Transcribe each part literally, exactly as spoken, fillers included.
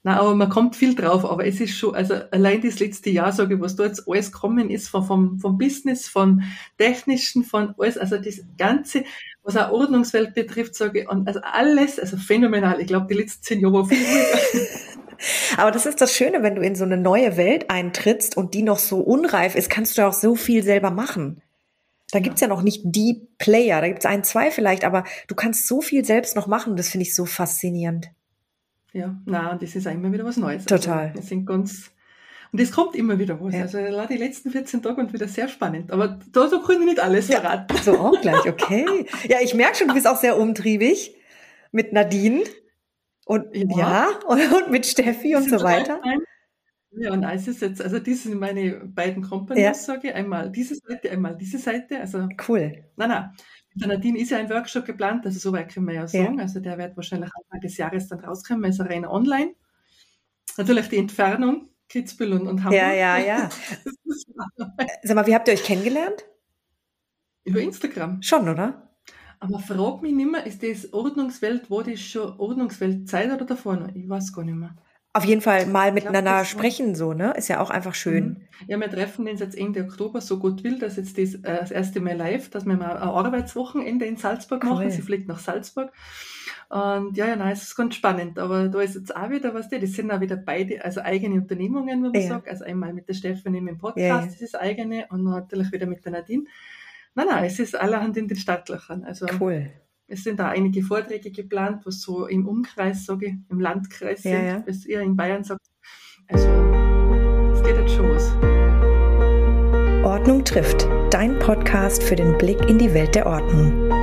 Nein, aber man kommt viel drauf, aber es ist schon, also allein das letzte Jahr, sage ich, was da jetzt alles kommen ist, von, vom, vom Business, von Technischen, von alles, also das Ganze, was auch Ordnungswelt betrifft, sage ich, und also alles, also phänomenal. Ich glaube, die letzten zehn Jahre war viel ruhiger. Aber das ist das Schöne, wenn du in so eine neue Welt eintrittst und die noch so unreif ist, kannst du auch so viel selber machen. Da Ja. gibt's ja noch nicht die Player, da gibt's ein, zwei vielleicht, aber du kannst so viel selbst noch machen, das finde ich so faszinierend. Ja, na, das ist auch immer wieder was Neues. Total. Also wir sind ganz, und es kommt immer wieder was. Ja. Also die letzten vierzehn Tage waren wieder sehr spannend. Aber da, da kann ich nicht alles verraten. So auch gleich, okay. Ja, ich merke schon, du bist auch sehr umtriebig mit Nadine und ja, Ja. und, und mit Steffi und Das sind so drei weiter. Teile. Ja, und eins ist jetzt, also das sind meine beiden Companies, Ja. sage ich. Einmal diese Seite, einmal diese Seite. Also Cool. nein, nein. Mit der Nadine ist ja ein Workshop geplant, also so weit können wir ja sagen. Ja. Also der wird wahrscheinlich Anfang des Jahres dann rauskommen, ist rein online. Natürlich die Entfernung, Kitzbühel und, und Hamburg. Ja, ja, ja. Sag mal, wie habt ihr euch kennengelernt? Über Instagram. Schon, oder? Aber frag mich nicht mehr, ist das Ordnungswelt, war das schon Ordnungsweltzeit oder davor noch? Ich weiß gar nicht mehr. Auf jeden Fall mal Ich glaub, miteinander das war- sprechen, so, ne? Ist ja auch einfach schön. Mhm. Ja, wir treffen uns jetzt Ende Oktober, so gut will, dass jetzt das, äh, das erste Mal live, dass wir mal ein Arbeitswochenende in Salzburg Cool. machen. Sie fliegt nach Salzburg. Und ja, ja, nein, es ist ganz spannend. Aber da ist jetzt auch wieder was, das sind auch wieder beide, also eigene Unternehmungen, wie man Ja. sagt. Also einmal mit der Stefanie im Podcast, Ja, ja. das ist eigene, und natürlich wieder mit der Nadine. Nein, nein, es ist allerhand in den Startlöchern. Also Cool. es sind da einige Vorträge geplant, was so im Umkreis, sage ich, im Landkreis Ja, sind, ja. was ihr in Bayern sagt. Also, es geht jetzt schon was. Ordnung trifft, dein Podcast für den Blick in die Welt der Ordnung.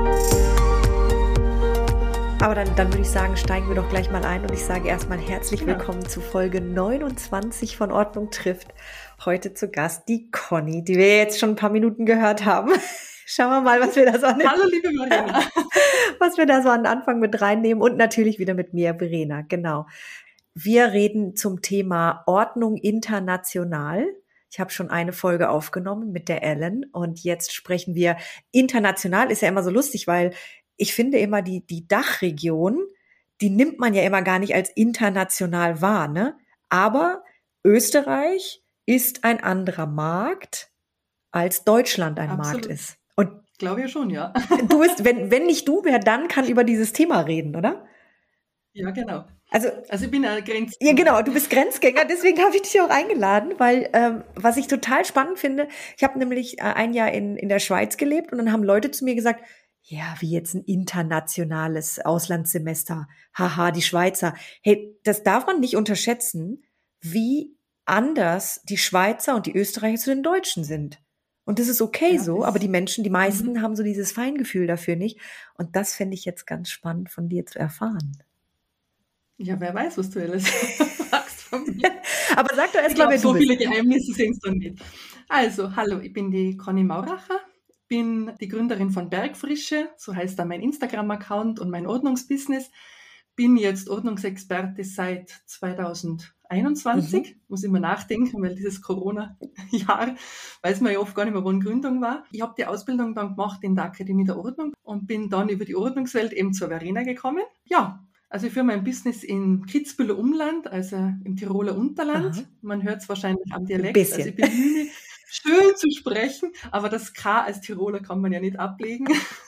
Aber dann, dann würde ich sagen, steigen wir doch gleich mal ein und ich sage erstmal herzlich Ja. willkommen zu Folge neunundzwanzig von Ordnung trifft. Heute zu Gast die Conny, die wir jetzt schon ein paar Minuten gehört haben. Schauen wir mal, was wir da so an, Hallo, liebe Mariana. was wir da so an Anfang mit reinnehmen und natürlich wieder mit mir, Verena, genau. Wir reden zum Thema Ordnung international. Ich habe schon eine Folge aufgenommen mit der Ellen und jetzt sprechen wir international. Ist ja immer so lustig, weil ich finde immer, die, die Dachregion, die nimmt man ja immer gar nicht als international wahr, ne? Aber Österreich ist ein anderer Markt, als Deutschland ein Absolut. Markt ist. Und Glaube ich schon, ja. du bist, wenn, wenn nicht du, wer dann kann über dieses Thema reden, oder? Ja, genau. Also, Also ich bin ein Grenz. ja, genau, du bist Grenzgänger, deswegen habe ich dich auch eingeladen, weil ähm, was ich total spannend finde, ich habe nämlich äh, ein Jahr in, in der Schweiz gelebt und dann haben Leute zu mir gesagt, ja, wie jetzt ein internationales Auslandssemester, haha, die Schweizer. Hey, das darf man nicht unterschätzen, wie anders die Schweizer und die Österreicher zu den Deutschen sind. Und das ist okay Ja, so, das- aber die Menschen, die meisten Mhm. haben so dieses Feingefühl dafür nicht. Und das fände ich jetzt ganz spannend von dir zu erfahren. Ja, wer weiß, was du alles sagst von mir. Aber sag doch Ich erst mal, glaube, wer so du bist. viele Geheimnisse sind es dann nicht. Also, hallo, ich bin die Conny Mauracher, bin die Gründerin von Bergfrische, so heißt da mein Instagram-Account und mein Ordnungsbusiness. Bin jetzt Ordnungsexperte seit zweitausendeinundzwanzig, Mhm. muss ich mal nachdenken, weil dieses Corona-Jahr weiß man ja oft gar nicht mehr, wann Gründung war. Ich habe die Ausbildung dann gemacht in der Akademie der Ordnung und bin dann über die Ordnungswelt eben zur Verena gekommen. Ja, also ich führe mein Business in Kitzbüheler Umland, also im Tiroler Unterland. Aha. Man hört es wahrscheinlich am Dialekt. Bisschen. Also ich bemühe mich, schön zu sprechen, aber das K als Tiroler kann man ja nicht ablegen.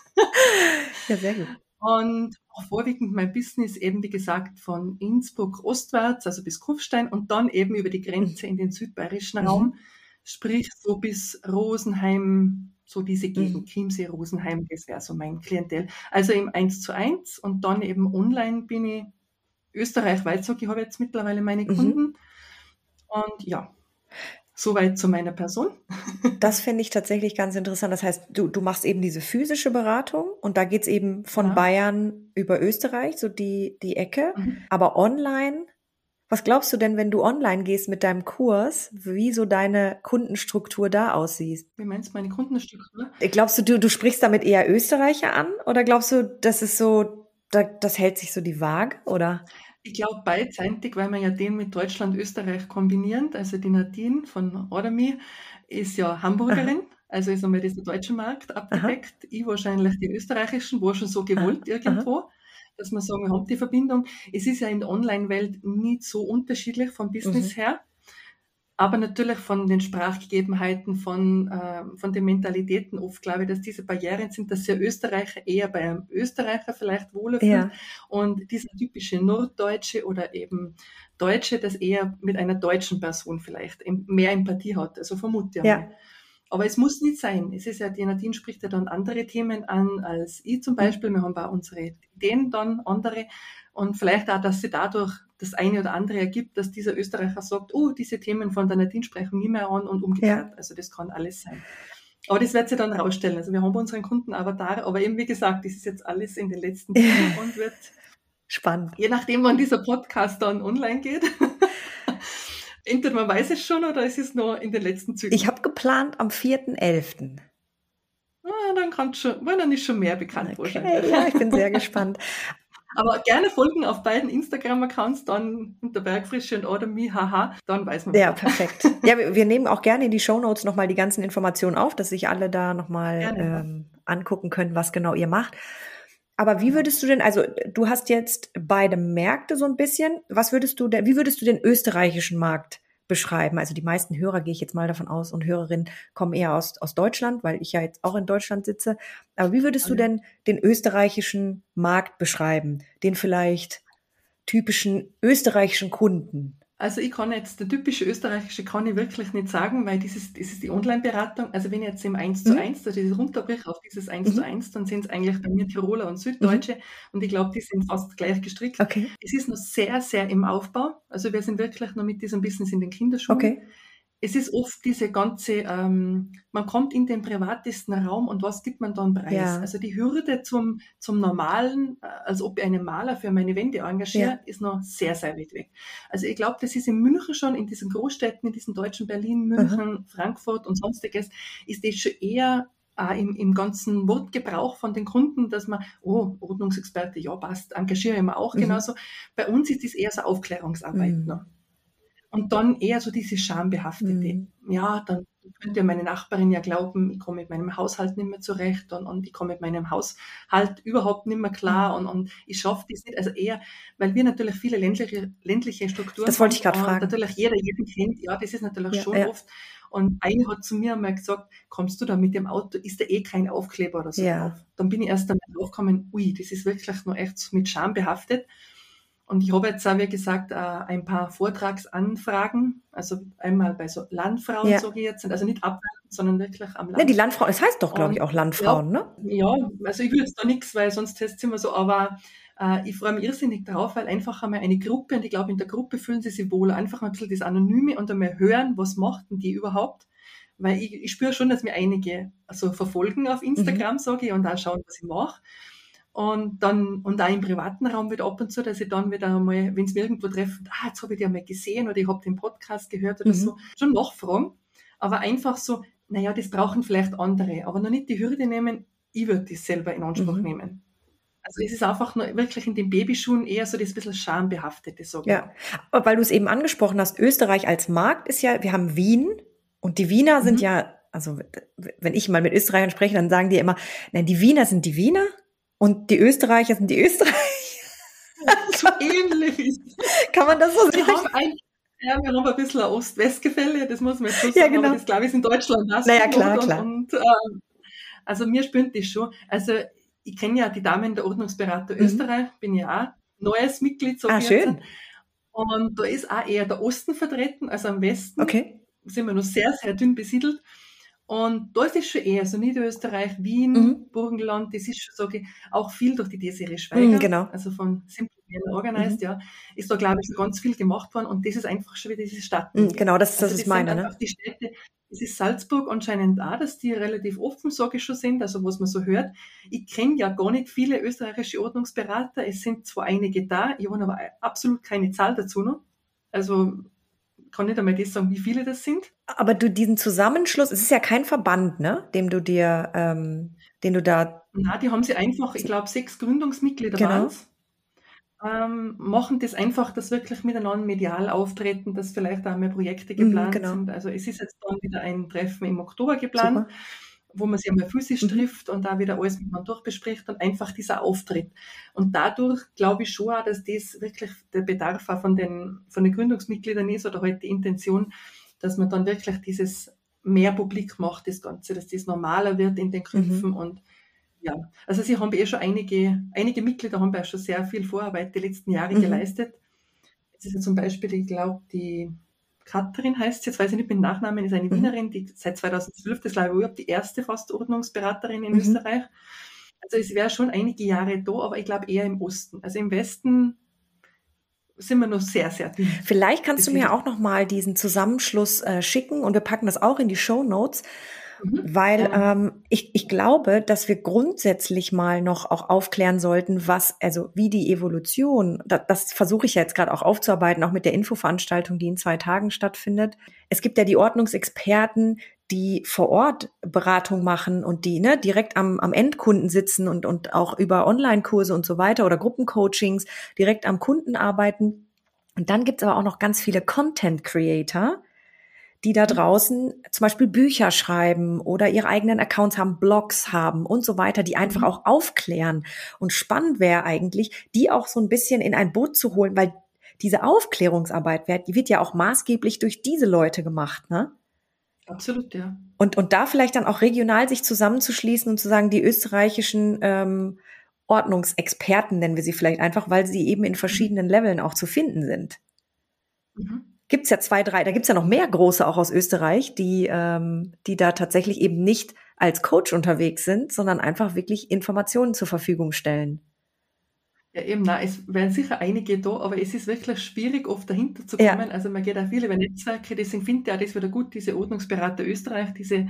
Ja, sehr gut. Und auch vorwiegend mein Business eben, wie gesagt, von Innsbruck ostwärts, also bis Kufstein und dann eben über die Grenze in den südbayerischen Mhm. Raum, sprich so bis Rosenheim, so diese Gegend, Mhm. Chiemsee, Rosenheim, das wäre so mein Klientel. Also im eins zu eins und dann eben online bin ich österreichweit, sage ich, habe jetzt mittlerweile meine Mhm. Kunden. Und ja, soweit zu meiner Person. Das finde ich tatsächlich ganz interessant. Das heißt, du, du machst eben diese physische Beratung und da geht's eben von Ja. Bayern über Österreich, so die, die Ecke. Mhm. Aber online, was glaubst du denn, wenn du online gehst mit deinem Kurs, wie so deine Kundenstruktur da aussieht? Wie meinst du meine Kundenstruktur? Glaubst du, du, du sprichst damit eher Österreicher an oder glaubst du, das ist so, da, das hält sich so die Waage, oder? Ich glaube beidseitig, weil wir ja den mit Deutschland, Österreich kombinieren. Also die Nadine von Orderme ist ja Hamburgerin, also ist einmal dieser deutsche Markt abgedeckt. Ich wahrscheinlich den österreichischen, war schon so gewollt Aha, irgendwo. dass wir sagen, wir haben die Verbindung. Es ist ja in der Online-Welt nicht so unterschiedlich vom Business Mhm. her, aber natürlich von den Sprachgegebenheiten, von, äh, von den Mentalitäten oft, glaube ich, dass diese Barrieren sind, dass sich ein Österreicher eher bei einem Österreicher vielleicht wohler fühlt Ja. und dieser typische Norddeutsche oder eben Deutsche, das eher mit einer deutschen Person vielleicht em- mehr Empathie hat. Also vermute ich Ja. einmal. Aber es muss nicht sein. Es ist ja, die Nadine spricht ja dann andere Themen an als ich zum Mhm. Beispiel. Wir haben auch unsere Ideen dann andere. Und vielleicht auch, dass sie dadurch das eine oder andere ergibt, dass dieser Österreicher sagt, oh, diese Themen von der Nadine sprechen nie mehr an und umgekehrt. Ja. Also das kann alles sein. Aber das wird sich dann rausstellen. Also wir haben unseren Kunden Avatar, aber eben wie gesagt, das ist jetzt alles in den letzten Zügen und wird, Spannend. je nachdem, wann dieser Podcast dann online geht, entweder man weiß es schon oder es ist noch in den letzten Zügen. Ich habe geplant am vierten elften Ah, dann kann schon, weil dann ist schon mehr bekannt Okay, wahrscheinlich. ja, ich bin sehr gespannt. Aber gerne folgen auf beiden Instagram-Accounts, dann unter Bergfrische und oder mi, haha, dann weiß man. Ja, mehr. perfekt. Ja, wir, wir nehmen auch gerne in die Shownotes nochmal die ganzen Informationen auf, dass sich alle da nochmal Gerne, ja. ähm, angucken können, was genau ihr macht. Aber wie würdest du denn, also du hast jetzt beide Märkte so ein bisschen, was würdest du denn, wie würdest du den österreichischen Markt beschreiben? Also die meisten Hörer, gehe ich jetzt mal davon aus, und Hörerinnen kommen eher aus, aus Deutschland, weil ich ja jetzt auch in Deutschland sitze. Aber wie würdest du Ja. denn den österreichischen Markt beschreiben? Den vielleicht typischen österreichischen Kunden? Also ich kann jetzt, der typische österreichische kann ich wirklich nicht sagen, weil dieses, das ist die Online-Beratung. Also wenn ich jetzt im eins zu Mhm. eins, also dieses runterbricht auf dieses eins zu Mhm. eins, dann sind es eigentlich bei mir Tiroler und Süddeutsche und ich glaube, die sind fast gleich gestrickt. Okay, Es ist noch sehr, sehr im Aufbau. Also wir sind wirklich noch mit diesem Business in den Kinderschuhen. okay. Es ist oft diese ganze, ähm, man kommt in den privatesten Raum und was gibt man dann preis? Ja. Also die Hürde zum, zum normalen, äh, als ob ich einen Maler für meine Wände engagiere, Ja. ist noch sehr, sehr weit weg. Also ich glaube, das ist in München schon, in diesen Großstädten, in diesen deutschen Berlin, München, Frankfurt und sonstiges, ist das schon eher äh, im, im ganzen Wortgebrauch von den Kunden, dass man, oh, Ordnungsexperte, ja passt, engagiere ich mich auch Mhm. genauso. Bei uns ist das eher so Aufklärungsarbeit Mhm. noch. Und dann eher so diese schambehaftete, Mhm. ja, dann könnte meine Nachbarin ja glauben, ich komme mit meinem Haushalt nicht mehr zurecht und, und ich komme mit meinem Haushalt überhaupt nicht mehr klar und, und ich schaffe das nicht. Also eher, weil wir natürlich viele ländliche, ländliche Strukturen Das wollte ich haben gerade und fragen. natürlich jeder jeden kennt, ja, das ist natürlich Ja, schon ja. oft. Und eine hat zu mir einmal gesagt, kommst du da mit dem Auto, ist da eh kein Aufkleber oder so Ja. drauf. Dann bin ich erst einmal draufgekommen, ui, das ist wirklich noch echt so mit Scham behaftet. Und ich habe jetzt auch, wie gesagt, äh, ein paar Vortragsanfragen, also einmal bei so Landfrauen, Ja. sage ich jetzt, also nicht abwertend, sondern wirklich am Ne, Land. die Landfrauen, es heißt doch, glaube ich, Und auch Landfrauen, ne? ja, also ich will jetzt da nichts, weil sonst heißt es immer so, aber äh, ich freue mich irrsinnig drauf, weil einfach einmal eine Gruppe, und ich glaube, in der Gruppe fühlen sie sich wohl, einfach ein bisschen das Anonyme und einmal hören, was machten die überhaupt. Weil ich, ich spüre schon, dass mir einige also verfolgen auf Instagram, Mhm. sage ich, und auch schauen, was ich mache. Und dann, und auch im privaten Raum wieder ab und zu, dass ich dann wieder mal, wenn sie mir irgendwo treffen, ah, jetzt habe ich die einmal gesehen oder ich habe den Podcast gehört oder Mhm. so, schon nachfragen. Aber einfach so, naja, das brauchen vielleicht andere, aber noch nicht die Hürde nehmen, ich würde das selber in Anspruch Mhm. nehmen. Also es ist einfach nur wirklich in den Babyschuhen eher so das bisschen schambehaftete, sage ich Ja, aber weil du es eben angesprochen hast, Österreich als Markt ist ja, wir haben Wien und die Wiener sind Mhm. ja, also w- wenn ich mal mit Österreichern spreche, dann sagen die immer, nein, die Wiener sind die Wiener und die Österreicher sind die Österreicher. So ähnlich ist Kann man das so Wir sagen? haben ein, ja, wir haben ein bisschen ein Ost-West-Gefälle, das muss man jetzt so Ja, sagen, genau. aber das glaube ich ist in Deutschland auch so. Naja, klar, und, klar. Und, ähm, also mir spürt das schon. Also ich kenne ja die Damen der Ordnungsberater Mhm. Österreich, bin ja auch neues Mitglied, so Ah, wie jetzt. schön. Und da ist auch eher der Osten vertreten, also am Westen Okay. sind wir noch sehr, sehr dünn besiedelt. Und da ist es schon eher, so Niederösterreich, Wien, Mhm. Burgenland, das ist schon, sage ich, auch viel durch die Desiree Schweiger, Mhm, genau. also von Simple and Organized, Mhm. ja, ist da, glaube ich, schon ganz viel gemacht worden und das ist einfach schon wieder dieses Mhm, Stadtmilieu. genau, das, das Also ist das meine, sind ne? einfach die Städte, es ist Salzburg anscheinend auch, dass die relativ offen, sage ich schon, sind, also was man so hört. Ich kenne ja gar nicht viele österreichische Ordnungsberater, es sind zwar einige da, ich habe aber absolut keine Zahl dazu noch, also kann nicht einmal das sagen, wie viele das sind. Aber du diesen Zusammenschluss, es ist ja kein Verband, ne, dem du dir, ähm, den du da, Na, die haben sie einfach, ich glaube, sechs Gründungsmitglieder genau. waren's, ähm, machen das einfach, dass wirklich miteinander medial auftreten, dass vielleicht auch mehr Projekte Mhm, geplant genau. sind. Also es ist jetzt dann wieder ein Treffen im Oktober geplant, Super. wo man sich einmal physisch Mhm. trifft und da wieder alles miteinander durchbespricht und einfach dieser Auftritt. Und dadurch glaube ich schon auch, dass das wirklich der Bedarf auch von den, von den Gründungsmitgliedern ist oder halt die Intention, dass man dann wirklich dieses mehr publik macht, das Ganze, dass das normaler wird in den Köpfen Mhm. und ja, also sie haben eh schon einige, einige Mitglieder haben ja schon sehr viel Vorarbeit die letzten Jahre Mhm. geleistet. Es ist ja zum Beispiel, ich glaube, die Katrin heißt sie, jetzt weiß ich nicht mit dem Nachnamen, ist eine Mhm. Wienerin, die seit zweitausendzwölf, das glaube ich, überhaupt die erste fast Ordnungsberaterin in Mhm. Österreich. Also es wäre schon einige Jahre da, aber ich glaube eher im Osten. Also im Westen sind wir noch sehr, sehr dünn Vielleicht kannst du mir besiedelt. auch noch mal diesen Zusammenschluss äh, schicken und wir packen das auch in die Shownotes, Mhm, weil gerne. ähm, ich, ich glaube, dass wir grundsätzlich mal noch auch aufklären sollten, was, also wie die Evolution, da, das versuche ich ja jetzt gerade auch aufzuarbeiten, auch mit der Infoveranstaltung, die in zwei Tagen stattfindet. Es gibt ja die Ordnungsexperten, die vor Ort Beratung machen und die ne, direkt am, am Endkunden sitzen und, und auch über Online-Kurse und so weiter oder Gruppencoachings direkt am Kunden arbeiten. Und dann gibt's aber auch noch ganz viele Content-Creator, die da Mhm. draußen zum Beispiel Bücher schreiben oder ihre eigenen Accounts haben, Blogs haben und so weiter, die einfach Mhm. auch aufklären. Und spannend wäre eigentlich, die auch so ein bisschen in ein Boot zu holen, weil diese Aufklärungsarbeit, wird- die wird ja auch maßgeblich durch diese Leute gemacht, ne? Absolut, ja. Und, und da vielleicht dann auch regional sich zusammenzuschließen und zu sagen, die österreichischen ähm, Ordnungsexperten nennen wir sie vielleicht einfach, weil sie eben in Mhm. verschiedenen Leveln auch zu finden sind. Mhm. Gibt's ja zwei, drei, da gibt's ja noch mehr große auch aus Österreich, die, ähm, die da tatsächlich eben nicht als Coach unterwegs sind, sondern einfach wirklich Informationen zur Verfügung stellen. Ja, eben, nein, es wären sicher einige da, aber es ist wirklich schwierig, oft dahinter zu Ja, kommen. Also man geht auch viel über Netzwerke, deswegen finde ich auch das wieder gut, diese Ordnungsberater Österreich, diese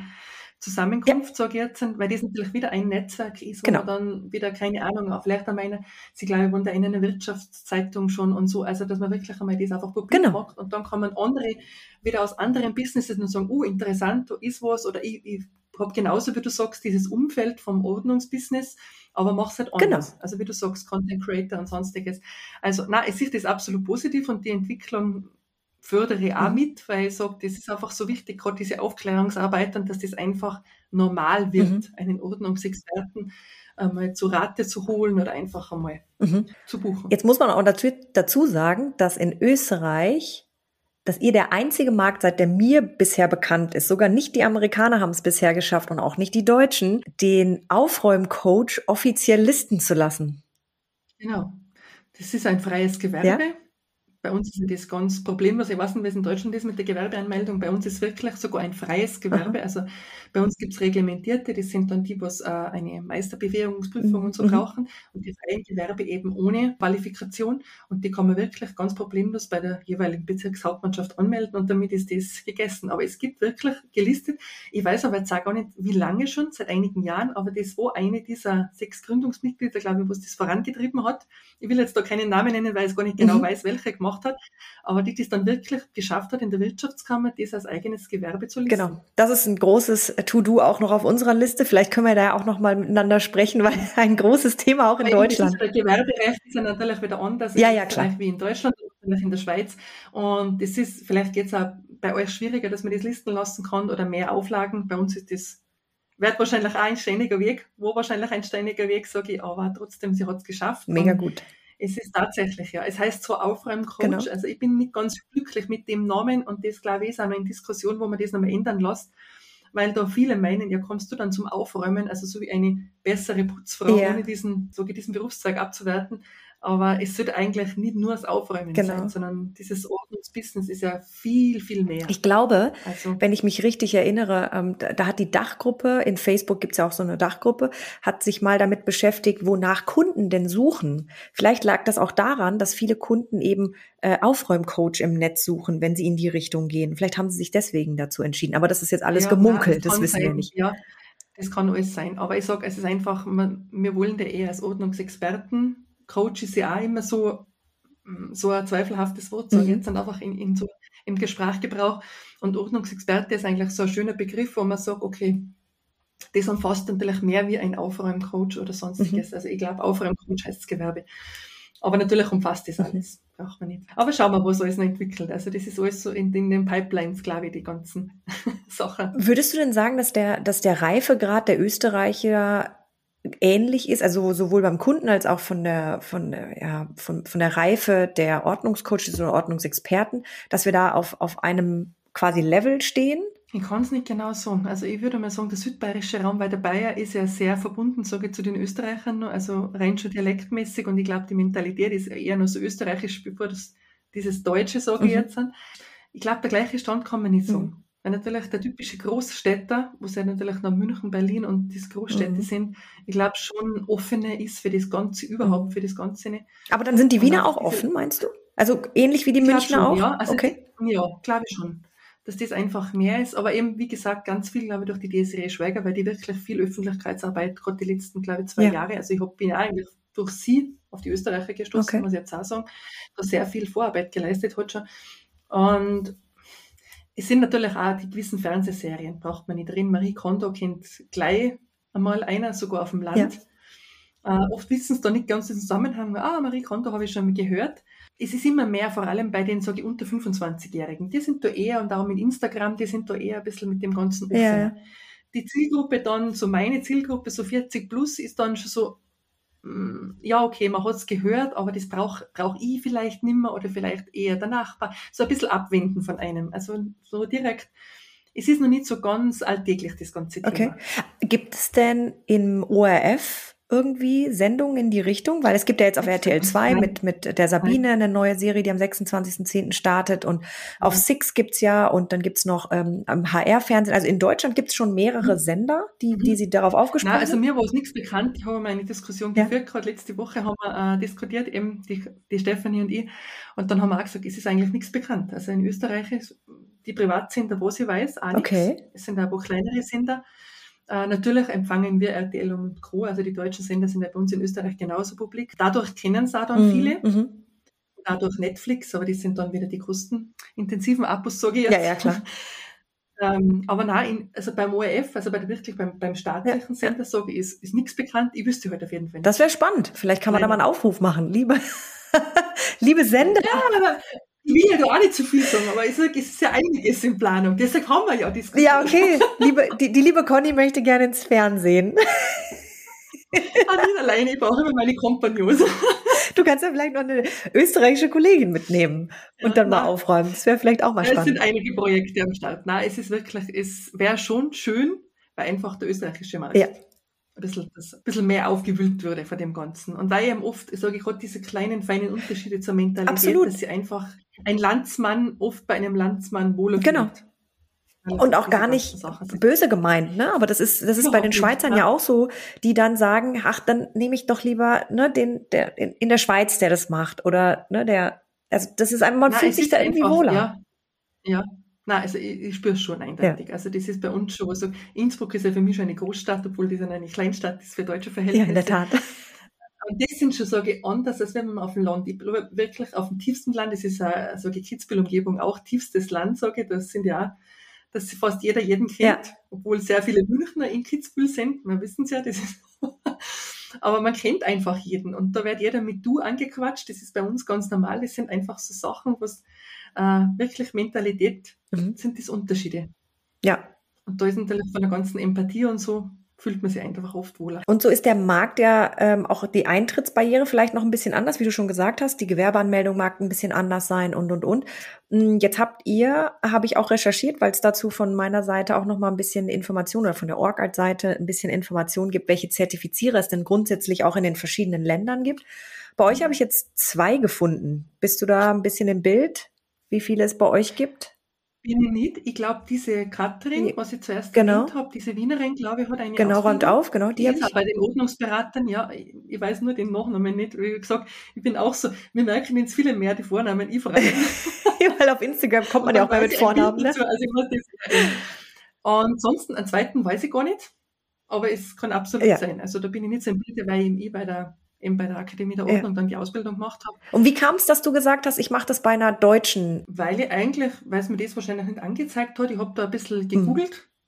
ja, Zusammenkunft, sage ich jetzt, weil das natürlich wieder ein Netzwerk ist, wo genau. man dann wieder, keine Ahnung, auch vielleicht einmal, sie glaube ich, wohnt da in einer Wirtschaftszeitung schon und so, also dass man wirklich einmal das einfach publik Genau. macht und dann kann man andere wieder aus anderen Businesses und sagen, oh, interessant, da ist was oder ich, ich habe genauso, wie du sagst, dieses Umfeld vom Ordnungsbusiness, aber mach's halt Genau. anders. Also wie du sagst, Content Creator und sonstiges. Also na, ich sehe das absolut positiv und die Entwicklung fördere ich auch Mhm. mit, weil ich sage, das ist einfach so wichtig, gerade diese Aufklärungsarbeit und dass das einfach normal wird, Mhm. einen Ordnungsexperten einmal zu Rate zu holen oder einfach einmal Mhm. zu buchen. Jetzt muss man auch dazu, dazu sagen, dass in Österreich, dass ihr der einzige Markt seid, der mir bisher bekannt ist. Sogar nicht die Amerikaner haben es bisher geschafft und auch nicht die Deutschen, den Aufräumcoach offiziell listen zu lassen. Genau. Das ist ein freies Gewerbe. Ja? Bei uns ist das ganz problemlos. Ich weiß nicht, wie es in Deutschland ist mit der Gewerbeanmeldung. Bei uns ist wirklich sogar ein freies Gewerbe. Aha. Also bei uns gibt es Reglementierte, das sind dann die, was äh, eine Meisterbewährungsprüfung und so Mhm. brauchen. Und die freien Gewerbe eben ohne Qualifikation. Und die kann man wirklich ganz problemlos bei der jeweiligen Bezirkshauptmannschaft anmelden und damit ist das gegessen. Aber es gibt wirklich gelistet, ich weiß aber jetzt auch gar nicht, wie lange schon, seit einigen Jahren, aber das war eine dieser sechs Gründungsmitglieder, glaube ich, was das vorangetrieben hat. Ich will jetzt da keinen Namen nennen, weil ich gar nicht genau Mhm. weiß, welche gemacht hat, aber die das dann wirklich geschafft hat, in der Wirtschaftskammer das als eigenes Gewerbe zu listen. Genau. Das ist ein großes To-Do auch noch auf unserer Liste. Vielleicht können wir da ja auch noch mal miteinander sprechen, weil ein großes Thema auch in Aber eben, das Deutschland. ist, der Gewerberecht ist ja natürlich wieder anders Ja, in ja, klar. Österreich wie in Deutschland oder vielleicht in der Schweiz. Und das ist vielleicht jetzt auch bei euch schwieriger, dass man das listen lassen kann oder mehr Auflagen. Bei uns ist das, wird wahrscheinlich auch ein steiniger Weg, wo wahrscheinlich ein steiniger Weg, sage ich, aber trotzdem, sie hat es geschafft. Mega Und gut. es ist tatsächlich, ja. Es heißt zwar Aufräumcoach, Genau. also ich bin nicht ganz glücklich mit dem Namen und das, glaube ich, ist auch noch in Diskussion, wo man das nochmal ändern lässt, weil da viele meinen, ja, kommst du dann zum Aufräumen, also so wie eine bessere Putzfrau, Ja. ohne diesen, so diesen Berufszweig abzuwerten. Aber es sollte eigentlich nicht nur das Aufräumen Genau. sein, sondern dieses Ordnungsbusiness ist ja viel, viel mehr. Ich glaube, Also, wenn ich mich richtig erinnere, ähm, da, da hat die Dachgruppe, in Facebook gibt's ja auch so eine Dachgruppe, hat sich mal damit beschäftigt, wonach Kunden denn suchen. Vielleicht lag das auch daran, dass viele Kunden eben äh, Aufräumcoach im Netz suchen, wenn sie in die Richtung gehen. Vielleicht haben sie sich deswegen dazu entschieden. Aber das ist jetzt alles ja, nein, gemunkelt, das das kann wissen wir sein, nicht. ja, das kann alles sein. Aber ich sage, es ist einfach, man, wir wollen da eher als Ordnungsexperten, Coach ist ja auch immer so, mm, so ein zweifelhaftes Wort, sage ich Mhm. jetzt dann einfach in, in so, im Gesprächgebrauch. Und Ordnungsexperte ist eigentlich so ein schöner Begriff, wo man sagt, okay, das umfasst natürlich mehr wie ein Aufräumcoach oder sonstiges. Mhm. Also ich glaube, Aufräumcoach heißt das Gewerbe. Aber natürlich umfasst das Mhm. alles. Braucht man nicht. Aber schauen wir, was alles noch entwickelt. Also das ist alles so in, in den Pipelines, glaube ich, die ganzen Sachen. Würdest du denn sagen, dass der, dass der Reifegrad der Österreicher ähnlich ist, also sowohl beim Kunden als auch von der, von der, ja, von, von der Reife der Ordnungscoaches oder Ordnungsexperten, dass wir da auf, auf einem quasi Level stehen? Ich kann es nicht genau sagen. Also ich würde mal sagen, der südbayerische Raum, weil der Bayer ist ja sehr verbunden, sage ich, zu den Österreichern noch, also rein schon dialektmäßig, und ich glaube, die Mentalität ist eher noch so österreichisch, bevor das dieses Deutsche, sage ich Mhm. jetzt. Ich glaube, der gleiche Stand kann man nicht sagen. Mhm. Weil natürlich der typische Großstädter, wo es ja natürlich noch München, Berlin und diese Großstädte Mhm. sind, ich glaube schon offener ist für das Ganze, überhaupt Mhm. für das Ganze nicht. Aber dann sind die Und Wiener auch auch diese, offen, meinst du? Also ähnlich wie die ich glaube Münchner schon, auch? ja. Also Okay. die, ja, glaube ich schon, dass das einfach mehr ist. Aber eben, wie gesagt, ganz viel, glaube ich, durch die Desiree Schweiger, weil die wirklich viel Öffentlichkeitsarbeit, gerade die letzten, glaube ich, zwei Ja. Jahre, also ich hab, bin ja eigentlich durch sie auf die Österreicher gestoßen, Okay. muss ich jetzt auch sagen, da sehr viel Vorarbeit geleistet hat schon. Und es sind natürlich auch die gewissen Fernsehserien, braucht man nicht drin. Marie Kondo kennt gleich einmal einer, sogar auf dem Land. Ja. Äh, oft wissen sie da nicht ganz den Zusammenhang. Ah, Marie Kondo habe ich schon mal gehört. Es ist immer mehr, vor allem bei den, sage ich, unter fünfundzwanzigjährigen. Die sind da eher, und auch mit Instagram, die sind da eher ein bisschen mit dem Ganzen offener. Ja, ja. Die Zielgruppe dann, so meine Zielgruppe, so vierzig plus, ist dann schon so, mm, ja, okay, man hat es gehört, aber das brauche brauch ich vielleicht nicht mehr oder vielleicht eher der Nachbar. So ein bisschen abwenden von einem. Also so direkt. Es ist noch nicht so ganz alltäglich, das ganze Thema. Okay. Gibt es denn im O R F irgendwie Sendungen in die Richtung? Weil es gibt ja jetzt auf R T L zwei Nein. mit, mit der Sabine eine neue Serie, die am sechsundzwanzigsten zehnten startet, und auf Ja. Six gibt's ja, und dann gibt's noch ähm, am H R-Fernsehen, also in Deutschland gibt's schon mehrere Mhm. Sender, die, Mhm. die sie darauf aufgesprochen Nein, also sind. mir war es nichts bekannt. Ich habe mal eine Diskussion Ja. geführt, gerade letzte Woche haben wir äh, diskutiert, eben die, die Stefanie und ich, und dann haben wir auch gesagt, es ist eigentlich nichts bekannt. Also in Österreich ist die Privatsender, wo sie weiß, auch nichts. Okay. Es sind auch ein paar kleinere Sender. Äh, natürlich empfangen wir R T L und Co., also die deutschen Sender sind ja bei uns in Österreich genauso publik. Dadurch kennen es auch dann Mhm. viele, Mhm. auch durch Netflix, aber die sind dann wieder die kostenintensiven Abos, sage ich jetzt. Ja, ja, klar. Ähm, aber nein, in, also beim O R F, also bei der, wirklich beim, beim staatlichen Ja, Sender, sage ich, ist, ist nichts bekannt. Ich wüsste halt auf jeden Fall nicht. Das wäre spannend. Vielleicht kann man da mal Leider. einen Aufruf machen. Liebe, liebe Sender. Ja, aber ich will ja da auch nicht zu viel sagen, aber ich sage, es ist ja einiges in Planung. Deshalb haben wir ja diskutiert. Ja, okay. Liebe, die, die liebe Conny möchte gerne ins Fernsehen. Ah, nicht alleine, ich brauche immer meine Kompagnons. Du kannst ja vielleicht noch eine österreichische Kollegin mitnehmen und Ja, dann mal nein. aufräumen. Das wäre vielleicht auch mal Ja, es sind spannend. einige Projekte am Start. Nein, es ist wirklich, es wäre schon schön, weil einfach der österreichische Markt Ja. ein bisschen, das, ein bisschen mehr aufgewühlt würde von dem Ganzen. Und weil eben oft, sage ich gerade, diese kleinen, feinen Unterschiede zur Mentalität, Absolut. dass sie einfach ein Landsmann oft bei einem Landsmann wohler Genau. fühlt. Weil Und auch diese gar ganzen nicht Sachen sind. böse gemeint, ne? Aber das ist, das ist bei Überhaupt den nicht, Schweizern ja. ja auch so, die dann sagen, ach, dann nehme ich doch lieber, ne, den, der, in, in der Schweiz, der das macht, oder, ne, der, also, das ist einfach, man Nein, fühlt es sich ist da irgendwie einfach, wohler. ja, ja. Nein, also ich, ich spüre es schon eindeutig. Also das ist bei uns schon, also Innsbruck ist ja für mich schon eine Großstadt, obwohl das eine Kleinstadt ist für deutsche Ja, Verhältnisse. in der Tat. Und das sind schon, sage ich, anders, als wenn man auf dem Land, ich glaube wirklich auf dem tiefsten Land, das ist auch, sage ich, Kitzbühel-Umgebung auch tiefstes Land, sage ich, das sind ja auch, dass fast jeder jeden kennt, Ja. obwohl sehr viele Münchner in Kitzbühel sind, wir wissen es ja, das ist aber man kennt einfach jeden und da wird jeder mit du angequatscht, das ist bei uns ganz normal, das sind einfach so Sachen, was äh, wirklich Mentalität, Mhm. sind das Unterschiede. Ja. Und da ist natürlich von der ganzen Empathie und so, fühlt man sich einfach oft wohler. Und so ist der Markt ja ähm, auch die Eintrittsbarriere vielleicht noch ein bisschen anders, wie du schon gesagt hast. Die Gewerbeanmeldung mag ein bisschen anders sein und, und, und. Mm, Jetzt habt ihr, habe ich auch recherchiert, weil es dazu von meiner Seite auch noch mal ein bisschen Information oder von der Org-Seite ein bisschen Information gibt, welche Zertifizierer es denn grundsätzlich auch in den verschiedenen Ländern gibt. Bei euch habe ich jetzt zwei gefunden. Bist du da ein bisschen im Bild, wie viele es bei euch gibt? Bin ich nicht. Ich glaube, diese Katrin, Ja, was ich zuerst genau. erwähnt habe, diese Wienerin, glaube ich, hat eine Genau, räumt Ausbildung. auf, genau, die Die habe ist auch ich. bei den Ordnungsberatern, ja, ich, ich weiß nur den Nachnamen nicht. Wie gesagt, ich bin auch so, wir merken jetzt viele mehr die Vornamen, ich vor allem. Weil auf Instagram kommt man ja auch mal mit Vornamen, ne? Dazu, also ich muss das erwähnen. Und ansonsten, einen zweiten weiß ich gar nicht, aber es kann absolut Ja. sein. Also da bin ich nicht so im Bild, weil ich eh bei der, eben bei der Akademie der Ja. Ordnung dann die Ausbildung gemacht habe. Und wie kam es, dass du gesagt hast, ich mache das bei einer deutschen? Weil ich eigentlich, weil es mir das wahrscheinlich nicht angezeigt hat, ich habe da ein bisschen gegoogelt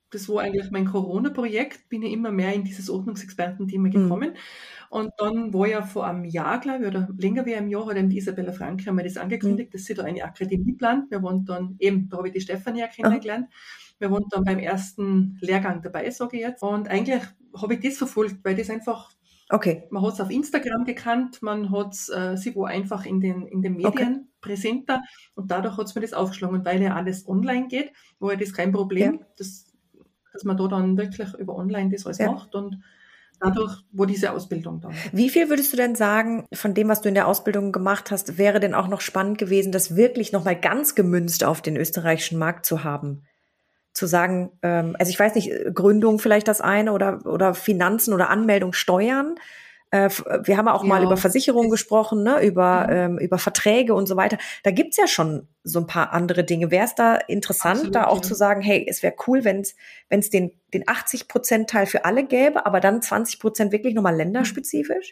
das war eigentlich mein Corona-Projekt, bin ich immer mehr in dieses Ordnungsexperten-Thema Mhm. gekommen. Und dann war ja vor einem Jahr, glaube ich, oder länger wie einem Jahr, hat eben die Isabella Franke einmal das Mhm. angekündigt, dass sie da eine Akademie plant. Wir waren dann eben, da habe ich die Stefanie ja Aha. kennengelernt. Wir waren dann beim ersten Lehrgang dabei, sage ich jetzt. Und eigentlich habe ich das verfolgt, weil das einfach, Okay. man hat es auf Instagram gekannt, man hat es, äh, sie war einfach in den, in den Okay. Medien präsenter und dadurch hat es mir das aufgeschlagen. Und weil ja alles online geht, war ja das kein Problem, Ja. dass, dass man da dann wirklich über online das alles Ja. macht und dadurch war diese Ausbildung da. Wie viel würdest du denn sagen, von dem, was du in der Ausbildung gemacht hast, wäre denn auch noch spannend gewesen, das wirklich nochmal ganz gemünzt auf den österreichischen Markt zu haben? Zu sagen, ähm, also ich weiß nicht, Gründung vielleicht das eine oder, oder Finanzen oder Anmeldung, Steuern. Äh, f- wir haben auch mal Ja, über Versicherungen das, gesprochen, ne? über, mhm, ähm, über Verträge und so weiter. Da gibt's ja schon so ein paar andere Dinge. Wäre es da interessant, da absolut, auch ja. zu sagen, hey, es wäre cool, wenn es wenn es den, den achtzig Prozent Teil für alle gäbe, aber dann zwanzig Prozent wirklich nochmal Mhm. länderspezifisch?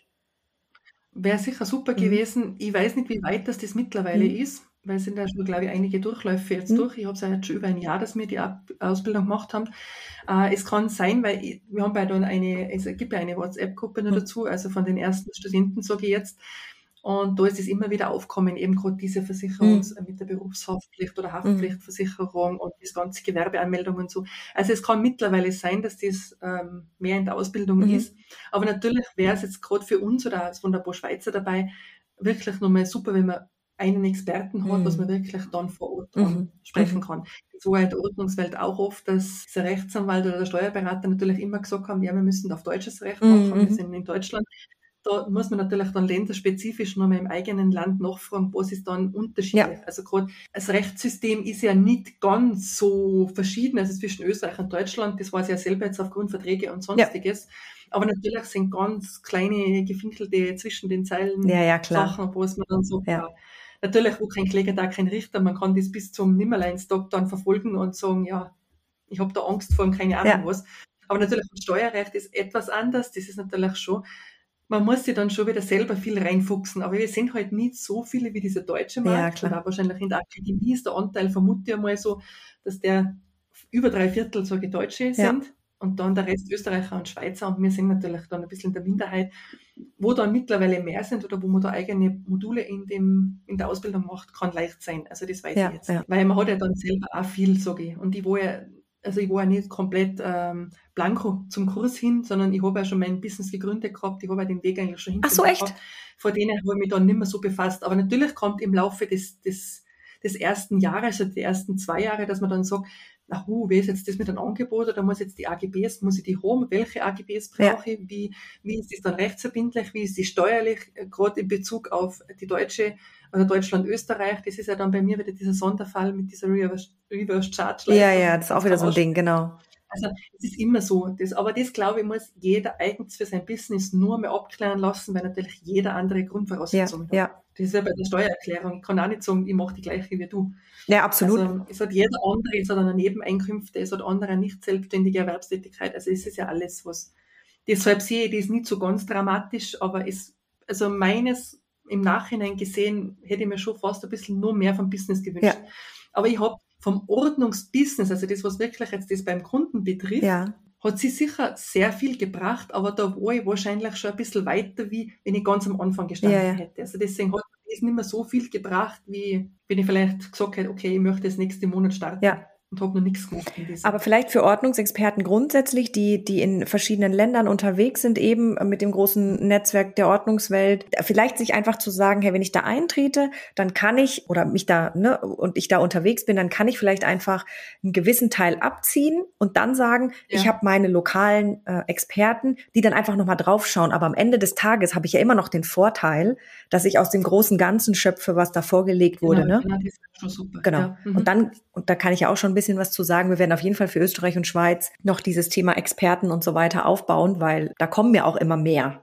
Wäre sicher super Mhm. gewesen. Ich weiß nicht, wie weit das, das mittlerweile Mhm. ist, weil es sind ja schon, glaube ich, einige Durchläufe jetzt Mhm. durch. Ich habe es ja jetzt schon über ein Jahr, dass wir die Ab Ausbildung gemacht haben. Äh, es kann sein, weil ich, wir haben bei dann eine, es gibt ja eine WhatsApp-Gruppe noch Mhm. dazu, also von den ersten Studenten, sage ich jetzt. Und da ist es immer wieder aufkommen, eben gerade diese Versicherungs- Mhm. mit der Berufshaftpflicht oder Mhm. Haftpflichtversicherung und das ganze Gewerbeanmeldung und so. Also es kann mittlerweile sein, dass das ähm, mehr in der Ausbildung Mhm. ist. Aber natürlich wäre es jetzt gerade für uns oder es waren ein paar Schweizer dabei, wirklich nochmal super, wenn man einen Experten hat, was man Mhm. wirklich dann vor Ort dran Mhm. sprechen Mhm. kann. Das war in der Ordnungswelt auch oft, dass der Rechtsanwalt oder der Steuerberater natürlich immer gesagt haben, ja, wir müssen auf deutsches Recht machen, wir Mhm. sind in Deutschland. Da muss man natürlich dann länderspezifisch nochmal im eigenen Land nachfragen, was ist dann unterschiedlich. Ja. Also gerade das Rechtssystem ist ja nicht ganz so verschieden, also zwischen Österreich und Deutschland, das weiß ich ja selber jetzt aufgrund Verträge und Ja. sonstiges. Aber natürlich sind ganz kleine, gefinkelte zwischen den Zeilen Ja, ja, klar. Sachen, wo es man dann sagt, Ja. ja, natürlich, wo kein Kläger da, kein Richter, man kann das bis zum Nimmerleinstag dann verfolgen und sagen, ja, ich habe da Angst vor und keine Ahnung Ja. was. Aber natürlich, das Steuerrecht ist etwas anders, das ist natürlich schon, man muss sich dann schon wieder selber viel reinfuchsen, aber wir sind halt nicht so viele wie dieser deutsche Ja, Markt und klar. auch wahrscheinlich in der Akademie ist der Anteil, vermute ich mal so, dass der über drei Viertel, sage ich, Deutsche Ja. sind und dann der Rest Österreicher und Schweizer und wir sind natürlich dann ein bisschen in der Minderheit, wo dann mittlerweile mehr sind oder wo man da eigene Module in, dem, in der Ausbildung macht, kann leicht sein. Also das weiß ich Ja, jetzt ja. nicht. Weil man hat ja dann selber auch viel, sage ich. Und ich war ja, also ich war ja nicht komplett ähm, blanko zum Kurs hin, sondern ich habe ja schon mein Business gegründet gehabt, ich habe ja den Weg eigentlich schon Ach hinter so, mir echt? gehabt. Vor denen habe ich mich dann nicht mehr so befasst. Aber natürlich kommt im Laufe des, des, des ersten Jahres, also die ersten zwei Jahre, dass man dann sagt, na hu, wie ist jetzt das mit einem Angebot oder muss jetzt die A G Bs, muss ich die haben, welche A G Bs Ja. brauche ich, wie, wie ist das dann rechtsverbindlich, wie ist die steuerlich, äh, gerade in Bezug auf die deutsche oder Deutschland-Österreich, das ist ja dann bei mir wieder dieser Sonderfall mit dieser Reverse, Reverse Charge Ja, Leistung, ja, das ist auch kannst wieder du so ein Ding, genau. also es ist immer so. Das, aber das, glaube ich, muss jeder eigens für sein Business nur mal abklären lassen, weil natürlich jeder andere Ja, Grundvoraussetzungen hat. ja. Das ist ja bei der Steuererklärung. Ich kann auch nicht sagen, ich mache die gleiche wie du. Ja, absolut. Also es hat jeder andere, es hat eine Nebeneinkünfte, es hat andere eine nicht selbstständige Erwerbstätigkeit. Also es ist ja alles was. Deshalb sehe ich das nicht so ganz dramatisch, aber es, also meines im Nachhinein gesehen, hätte ich mir schon fast ein bisschen nur mehr vom Business gewünscht. Ja, Aber ich habe vom Ordnungsbusiness, also das, was wirklich jetzt das beim Kunden betrifft, ja. hat sie sicher sehr viel gebracht, aber da war ich wahrscheinlich schon ein bisschen weiter, wie wenn ich ganz am Anfang Ja, gestanden ja. hätte. Also deswegen hat es nicht mehr so viel gebracht, wie wenn ich vielleicht gesagt hätte, okay, ich möchte das nächste Monat starten Ja. und habe noch nichts gemacht in diesem. Aber vielleicht für Ordnungsexperten grundsätzlich, die, die in verschiedenen Ländern unterwegs sind, eben mit dem großen Netzwerk der Ordnungswelt, vielleicht sich einfach zu sagen, hey, wenn ich da eintrete, dann kann ich, oder mich da, ne, und ich da unterwegs bin, dann kann ich vielleicht einfach einen gewissen Teil abziehen und dann sagen, Ja. ich habe meine lokalen äh, Experten, die dann einfach nochmal draufschauen. Aber am Ende des Tages habe ich ja immer noch den Vorteil, dass ich aus dem großen Ganzen schöpfe, was da vorgelegt wurde, Genau, ne? genau, das ist schon super. Genau. Ja. Mhm. Und dann, und da kann ich ja auch schon ein bisschen was zu sagen. Wir werden auf jeden Fall für Österreich und Schweiz noch dieses Thema Experten und so weiter aufbauen, weil da kommen ja auch immer mehr.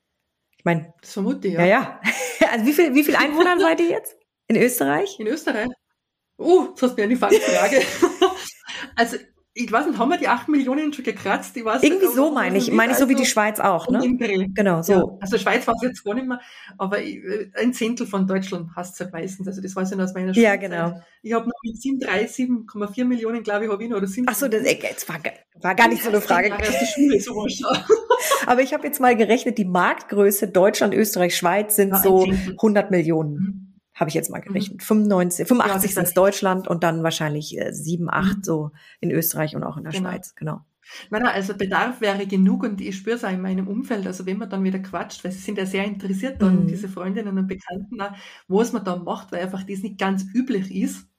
Ich meine, Das vermute ich, ja, ja. Also wie viel, wie viel Einwohner seid ihr jetzt in Österreich? In Österreich? Oh, das hast du mir eine Fangfrage. Also ich weiß nicht, haben wir die acht Millionen schon gekratzt? Ich weiß Irgendwie nicht, so meine ich. Meine ich so wie die Schweiz auch, ne? Genau, so. Ja, also Schweiz weiß ich jetzt gar nicht mehr, aber ich, ein Zehntel von Deutschland hast es halt meistens. Also das weiß ich noch aus meiner Schulzeit. Ja, genau. Ich habe noch mit sieben Komma vier Millionen, glaube ich, habe ich noch. Oder Ach so, das jetzt war, war gar nicht so eine Frage. Jahre aus der Schule, so Aber ich habe jetzt mal gerechnet, die Marktgröße Deutschland, Österreich, Schweiz sind ja, so hundert Millionen. Mhm. Habe ich jetzt mal gerechnet. Mhm. fünfundneunzig, fünfundachtzig ja, sind es Deutschland und dann wahrscheinlich äh, sieben, acht mhm. so in Österreich und auch in der genau. Schweiz. Genau. Nein, nein, also Bedarf wäre genug und ich spüre es auch in meinem Umfeld, also wenn man dann wieder quatscht, weil sie sind ja sehr interessiert dann, mhm. diese Freundinnen und Bekannten, auch, was man da macht, weil einfach das nicht ganz üblich ist.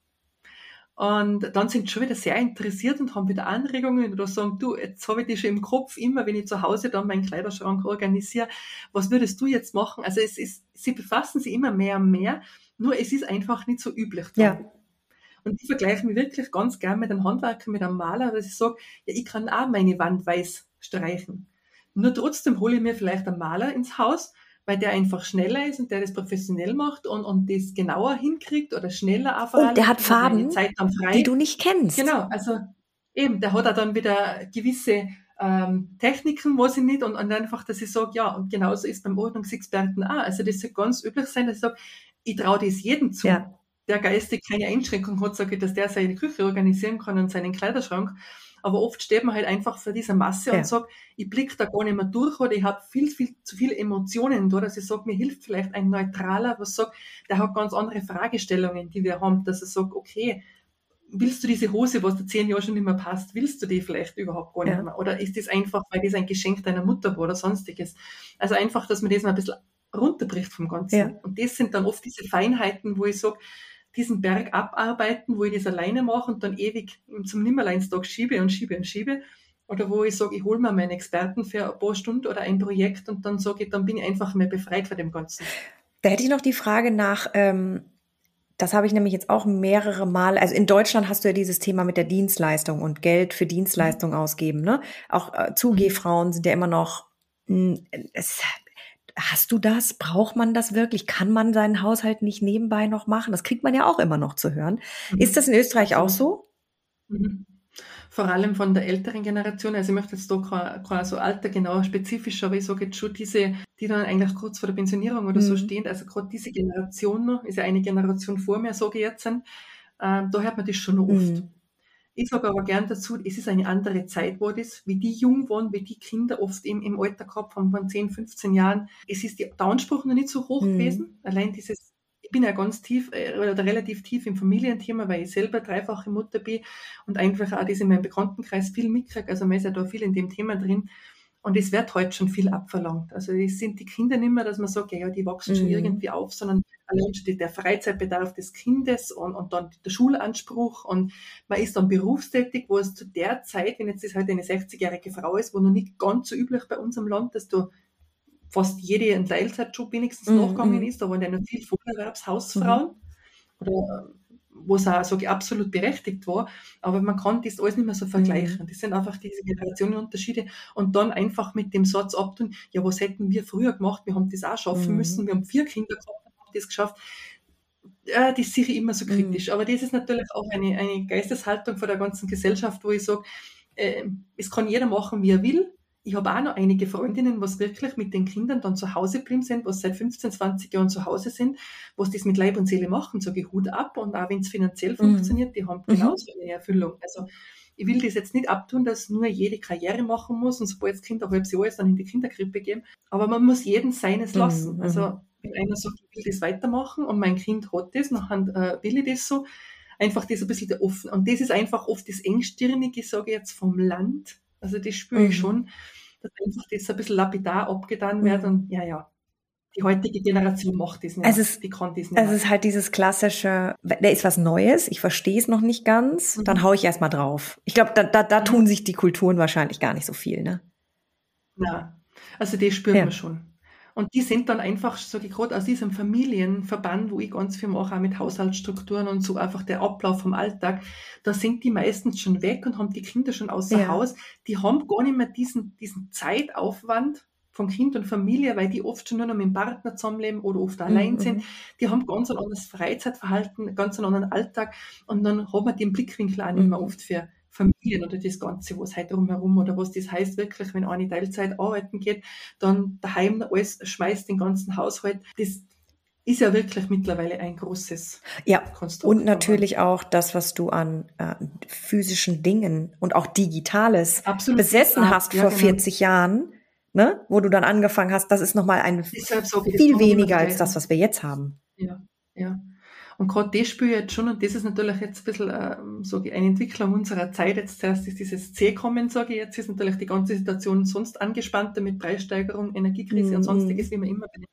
Und dann sind sie schon wieder sehr interessiert und haben wieder Anregungen oder sagen, du, jetzt habe ich die schon im Kopf, immer wenn ich zu Hause dann meinen Kleiderschrank organisiere, was würdest du jetzt machen? Also es ist, sie befassen sich immer mehr und mehr, nur es ist einfach nicht so üblich. Dann. Ja. Und ich vergleiche mich wirklich ganz gern mit einem Handwerker, mit einem Maler, weil ich sage, ja, ich kann auch meine Wand weiß streichen. Nur trotzdem hole ich mir vielleicht einen Maler ins Haus, weil der einfach schneller ist und der das professionell macht und, und das genauer hinkriegt oder schneller auf. Und der hat Farben, die du nicht kennst. Genau, also eben, der hat auch dann wieder gewisse ähm, Techniken, was ich nicht und, und einfach, dass ich sage, ja, und genauso ist beim Ordnungsexperten auch. Also das soll ganz üblich sein, dass ich sage, ich traue das jedem zu. Ja. Der geistig keine Einschränkung hat, sage ich, dass der seine Küche organisieren kann und seinen Kleiderschrank. Aber oft steht man halt einfach vor dieser Masse ja. und sagt, ich blicke da gar nicht mehr durch oder ich habe viel, viel zu viele Emotionen da, dass ich sage, mir hilft vielleicht ein Neutraler, was sagt, der hat ganz andere Fragestellungen, die wir haben, dass er sagt, okay, willst du diese Hose, was dir zehn Jahre schon nicht mehr passt, willst du die vielleicht überhaupt gar nicht ja. mehr? Oder ist das einfach, weil das ein Geschenk deiner Mutter war oder sonstiges? Also einfach, dass man das mal ein bisschen runterbricht vom Ganzen. Ja. Und das sind dann oft diese Feinheiten, wo ich sage, diesen Berg abarbeiten, wo ich das alleine mache und dann ewig zum Nimmerleinstag schiebe und schiebe und schiebe. Oder wo ich sage, ich hole mir meinen Experten für ein paar Stunden oder ein Projekt und dann sage ich, dann bin ich einfach mehr befreit von dem Ganzen. Da hätte ich noch die Frage nach, ähm, das habe ich nämlich jetzt auch mehrere Mal, also in Deutschland hast du ja dieses Thema mit der Dienstleistung und Geld für Dienstleistung mhm. ausgeben, ne? Auch äh, Zugehfrauen sind ja immer noch, mh, es Hast du das? Braucht man das wirklich? Kann man seinen Haushalt nicht nebenbei noch machen? Das kriegt man ja auch immer noch zu hören. Mhm. Ist das in Österreich auch so? Mhm. Vor allem von der älteren Generation. Also ich möchte jetzt da kein, kein so Alter genau spezifisch, aber ich sage jetzt schon diese, die dann eigentlich kurz vor der Pensionierung oder mhm. so stehen. Also gerade diese Generation noch, ist ja eine Generation vor mir, sage ich jetzt, äh, da hört man das schon noch oft. Mhm. Ich sage aber gern dazu, es ist eine andere Zeit, wo das, wie die jung waren, wie die Kinder oft im, im Alter gehabt haben, von zehn, fünfzehn Jahren. Es ist die, der Anspruch noch nicht so hoch mhm. gewesen. Allein dieses, ich bin ja ganz tief, äh, oder relativ tief im Familienthema, weil ich selber dreifache Mutter bin und einfach auch das in meinem Bekanntenkreis viel mitkriege. Also man ist ja da viel in dem Thema drin. Und es wird heute schon viel abverlangt. Also es sind die Kinder nicht mehr, dass man sagt, ja, ja die wachsen schon mhm. irgendwie auf, sondern allein schon der Freizeitbedarf des Kindes und, und dann der Schulanspruch und man ist dann berufstätig, wo es zu der Zeit, wenn jetzt das halt eine sechzigjährige Frau ist, wo noch nicht ganz so üblich bei uns im Land, dass du fast jede einen Teilzeitjob wenigstens mhm. nachgegangen ist, da waren ja noch viele Vollerwerbshausfrauen mhm. oder wo es auch so absolut berechtigt war, aber man kann das alles nicht mehr so vergleichen. Das sind einfach diese Generationenunterschiede und dann einfach mit dem Satz abtun, ja, was hätten wir früher gemacht, wir haben das auch schaffen mhm. müssen, wir haben vier Kinder gehabt und haben das geschafft. Ja, das sehe ich immer so kritisch, mhm. aber das ist natürlich auch eine, eine Geisteshaltung von der ganzen Gesellschaft, wo ich sage, äh, es kann jeder machen, wie er will. Ich habe auch noch einige Freundinnen, was wirklich mit den Kindern dann zu Hause geblieben sind, was seit fünfzehn, zwanzig Jahren zu Hause sind, was das mit Leib und Seele machen, sage ich Hut ab. Und auch wenn es finanziell mhm. funktioniert, die haben genauso eine Erfüllung. Also ich will das jetzt nicht abtun, dass nur jede Karriere machen muss und sobald das Kind ein halbes Jahr ist, dann in die Kinderkrippe gehen. Aber man muss jeden seines lassen. Mhm. Also wenn einer sagt, ich will das weitermachen und mein Kind hat das, dann äh, will ich das so. Einfach das ein bisschen der offen. Und das ist einfach oft das Engstirnige, sage ich jetzt, vom Land. Also das spüre ich mhm. schon, dass einfach das ein bisschen lapidar abgetan wird mhm. und ja, ja, die heutige Generation macht das nicht es ist, die kann das nicht Es mehr. Ist halt dieses klassische, da ist was Neues, ich verstehe es noch nicht ganz, mhm. dann haue ich erstmal drauf. Ich glaube, da, da, da mhm. tun sich die Kulturen wahrscheinlich gar nicht so viel, ne? Ja, also das spürt ja. man schon. Und die sind dann einfach, sage ich gerade, aus diesem Familienverband, wo ich ganz viel mache, auch mit Haushaltsstrukturen und so einfach der Ablauf vom Alltag, da sind die meistens schon weg und haben die Kinder schon außer ja. Haus. Die haben gar nicht mehr diesen, diesen Zeitaufwand von Kind und Familie, weil die oft schon nur noch mit dem Partner zusammenleben oder oft allein mhm. sind. Die haben ganz ein anderes Freizeitverhalten, ganz einen anderen Alltag und dann hat man den Blickwinkel auch nicht mehr oft für Familien oder das Ganze, was halt drumherum oder was das heißt wirklich, wenn eine Teilzeit arbeiten geht, dann daheim noch alles schmeißt, den ganzen Haushalt. Das ist ja wirklich mittlerweile ein großes Ja, Konstrukt und natürlich auch das, was du an äh, physischen Dingen und auch Digitales Absolut. besessen Ah, hast ja, vor genau. vierzig Jahren, ne, wo du dann angefangen hast, das ist nochmal ein Deshalb sage ich, das viel kann man nicht mehr weniger als vergleichen. das, was wir jetzt haben. Ja, ja. Und gerade das spüre ich jetzt schon, und das ist natürlich jetzt ein bisschen, ähm, sage ich, eine Entwicklung unserer Zeit. Jetzt zuerst ist dieses C-Kommen, sage ich, jetzt ist natürlich die ganze Situation sonst angespannter mit Preissteigerung, Energiekrise und Mhm. sonstiges, wie man immer benennt.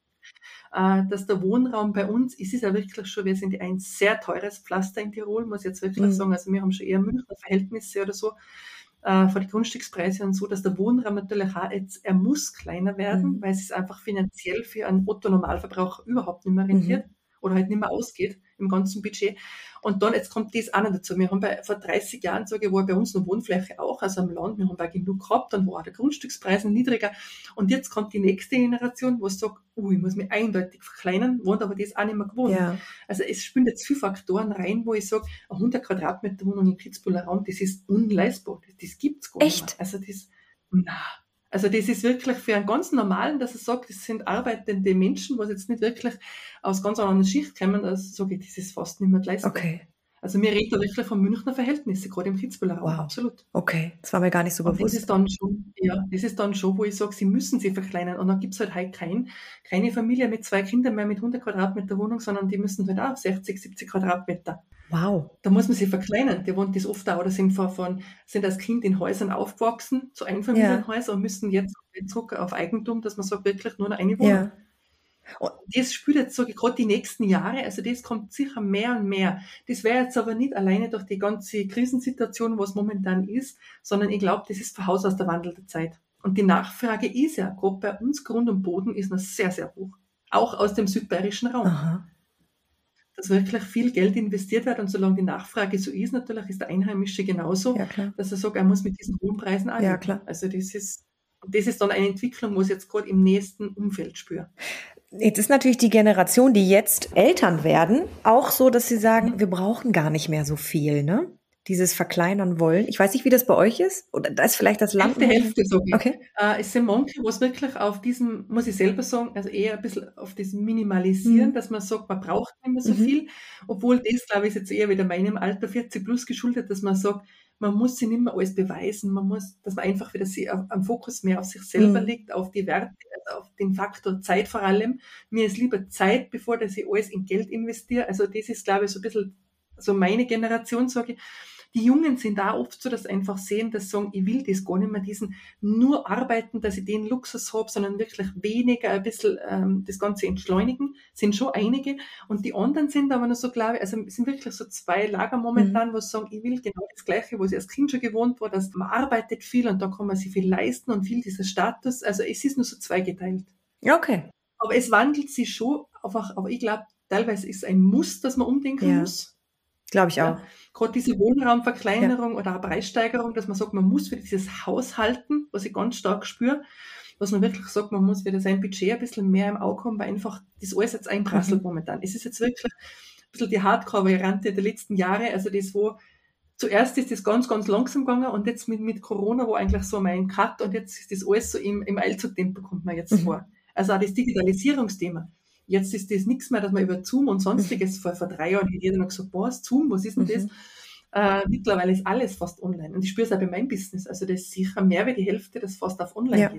Äh, dass der Wohnraum bei uns, es ist ja wirklich schon, wir sind ein sehr teures Pflaster in Tirol, muss ich jetzt wirklich Mhm. sagen. Also wir haben schon eher Münchner Verhältnisse oder so, äh, von den Grundstückspreisen und so, dass der Wohnraum natürlich auch jetzt, er muss kleiner werden, Mhm. weil es sich einfach finanziell für einen Otto-Normalverbraucher überhaupt nicht mehr rentiert Mhm. oder halt nicht mehr ausgeht im ganzen Budget. Und dann, jetzt kommt das auch noch dazu. Wir haben bei, vor dreißig Jahren, sage ich, war bei uns noch Wohnfläche auch, also am Land, wir haben auch genug gehabt, dann war auch der Grundstückspreis niedriger. Und jetzt kommt die nächste Generation, wo es sagt, uh, ich muss mich eindeutig verkleinern, wohnt aber das auch nicht mehr gewohnt. Ja. Also es spielen jetzt viele Faktoren rein, wo ich sage, eine hundert Quadratmeter Wohnung im Kitzbüheler Raum, das ist unleistbar. Das, das gibt's gar nicht mehr. Echt? Also das, na. Also das ist wirklich für einen ganz normalen, dass er sagt, das sind arbeitende Menschen, was jetzt nicht wirklich aus ganz einer anderen Schicht kommen, da sage ich, das ist fast nicht mehr leistbar. Okay. Also wir reden da wirklich von Münchner Verhältnissen, gerade im Kitzbüheler Raum, Wow. absolut. Okay, das war mir gar nicht so Und das bewusst. ist dann schon, ja, das ist dann schon, wo ich sage, sie müssen sich verkleinern. Und dann gibt's halt halt kein, keine Familie mit zwei Kindern mehr mit hundert Quadratmeter Wohnung, sondern die müssen halt auch auf sechzig, siebzig Quadratmeter. Wow. Da muss man sich verkleinern. Die wohnt das oft auch oder sind, von, von, sind als Kind in Häusern aufgewachsen, zu Einfamilienhäusern, und müssen jetzt zurück auf Eigentum, dass man sagt, wirklich nur noch eine Wohnung. Ja. Und das spielt jetzt, sage ich, gerade die nächsten Jahre, also das kommt sicher mehr und mehr. Das wäre jetzt aber nicht alleine durch die ganze Krisensituation, was momentan ist, sondern ich glaube, das ist von Haus aus der Wandel der Zeit. Und die Nachfrage ist ja, gerade bei uns Grund und Boden, ist noch sehr, sehr hoch. Auch aus dem südbayerischen Raum. Aha. Dass wirklich viel Geld investiert wird, und solange die Nachfrage so ist, natürlich ist der Einheimische genauso, Ja, klar. dass er sagt, er muss mit diesen hohen Preisen auch Ja, leben. klar. Also das ist, das ist dann eine Entwicklung, wo ich jetzt gerade im nächsten Umfeld spüre. Jetzt ist natürlich die Generation, die jetzt Eltern werden, auch so, dass sie sagen, Mhm. wir brauchen gar nicht mehr so viel, ne? Dieses Verkleinern wollen. Ich weiß nicht, wie das bei euch ist. Oder da ist vielleicht das Land. Hälfte, Hälfte, sage ich. Okay. Äh, es sind manche, wo es wirklich auf diesem, muss ich selber sagen, also eher ein bisschen auf das Minimalisieren, Mhm. dass man sagt, man braucht nicht mehr so Mhm. viel. Obwohl das, glaube ich, ist jetzt eher wieder meinem Alter vierzig plus geschuldet, dass man sagt, man muss sich nicht mehr alles beweisen, man muss, dass man einfach wieder sie- auf- am Fokus mehr auf sich selber Mhm. legt, auf die Werte, also auf den Faktor Zeit vor allem. Mir ist lieber Zeit, bevor dass ich alles in Geld investiere. Also das ist, glaube ich, so ein bisschen so meine Generation, sage ich. Die Jungen sind da oft so, dass sie einfach sehen, dass sie sagen, ich will das gar nicht mehr, diesen nur arbeiten, dass ich den Luxus habe, sondern wirklich weniger, ein bisschen ähm, das Ganze entschleunigen, sind schon einige. Und die anderen sind aber noch so, glaube ich, also es sind wirklich so zwei Lager momentan, wo sie sagen, ich will genau das Gleiche, was ich als Kind schon gewohnt war, dass man arbeitet viel und da kann man sich viel leisten und viel dieser Status. Also es ist nur so zweigeteilt. Okay. Aber es wandelt sich schon, einfach, aber ich glaube, teilweise ist es ein Muss, dass man umdenken Ja. muss. Glaube ich auch. Ja, gerade diese Wohnraumverkleinerung oder auch Preissteigerung, dass man sagt, man muss wieder dieses Haushalten, was ich ganz stark spüre, was man wirklich sagt, man muss wieder sein Budget ein bisschen mehr im Auge haben, weil einfach das alles jetzt einprasselt Mhm. momentan. Es ist jetzt wirklich ein bisschen die Hardcore-Variante der letzten Jahre, also das, wo zuerst ist das ganz, ganz langsam gegangen und jetzt mit, mit Corona war eigentlich so mein Cut und jetzt ist das alles so im, im Eilzugtempo, kommt mir jetzt Mhm. vor. Also auch das Digitalisierungsthema. Jetzt ist das nichts mehr, dass man über Zoom und sonstiges, vor, vor drei Jahren hat jeder noch gesagt, boah, Zoom, was ist denn das? Mhm. Äh, mittlerweile ist alles fast online. Und ich spüre es auch bei meinem Business. Also das ist sicher mehr wie die Hälfte, das fast auf online Ja. geht.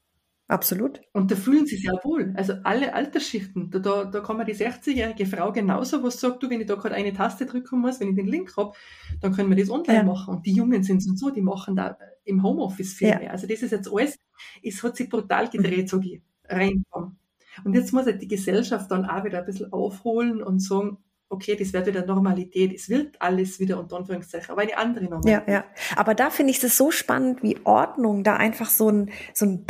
Absolut. Und da fühlen sie sich auch wohl. Also alle Altersschichten. Da, da, da kann man die sechzigjährige Frau genauso, was sagt, du, wenn ich da gerade eine Taste drücken muss, wenn ich den Link habe, dann können wir das online Ja. machen. Und die Jungen sind so und so, die machen da im Homeoffice viel Ja. mehr. Also das ist jetzt alles, es hat sich brutal gedreht, sage ich, reinkommen. Und jetzt muss halt die Gesellschaft dann auch wieder ein bisschen aufholen und sagen, okay, das wird wieder Normalität. Es wird alles wieder unter Anführungszeichen, aber eine andere Ja, Normalität. ja. Aber da finde ich es so spannend, wie Ordnung da einfach so ein, so ein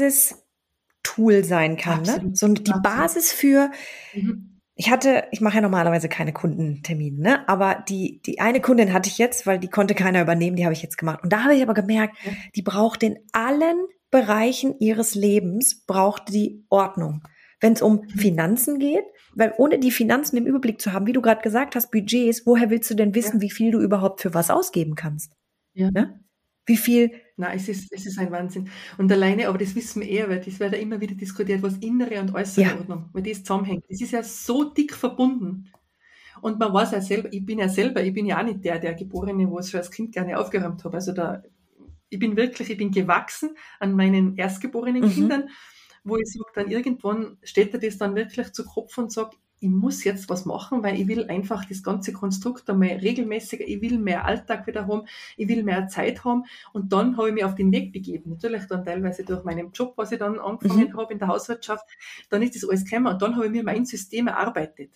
Basis-Tool sein kann. Ne? Absolut. So die Absolut. Basis für, Mhm. ich hatte, ich mache ja normalerweise keine Kundentermine, ne? Aber die, die eine Kundin hatte ich jetzt, weil die konnte keiner übernehmen, die habe ich jetzt gemacht. Und da habe ich aber gemerkt, Ja. die braucht in allen Bereichen ihres Lebens, braucht die Ordnung. Wenn es um Mhm. Finanzen geht, weil ohne die Finanzen im Überblick zu haben, wie du gerade gesagt hast, Budgets, woher willst du denn wissen, Ja. wie viel du überhaupt für was ausgeben kannst? Ja. Ne? Wie viel? Nein, es ist, es ist ein Wahnsinn. Und alleine, aber das wissen wir eher, weil das wird ja immer wieder diskutiert, was innere und äußere Ja. Ordnung, weil das zusammenhängt. Das ist ja so dick verbunden. Und man weiß ja selber, ich bin ja selber, ich bin ja auch nicht der, der Geborene, wo es schon als Kind gerne aufgeräumt habe. Also da, ich bin wirklich, ich bin gewachsen an meinen erstgeborenen Mhm. Kindern, wo ich sage, dann irgendwann steht er das dann wirklich zu Kopf und sagt, ich muss jetzt was machen, weil ich will einfach das ganze Konstrukt einmal regelmäßiger, ich will mehr Alltag wieder haben, ich will mehr Zeit haben. Und dann habe ich mich auf den Weg begeben. Natürlich dann teilweise durch meinen Job, was ich dann angefangen Mhm. habe in der Hauswirtschaft. Dann ist das alles gekommen und dann habe ich mir mein System erarbeitet.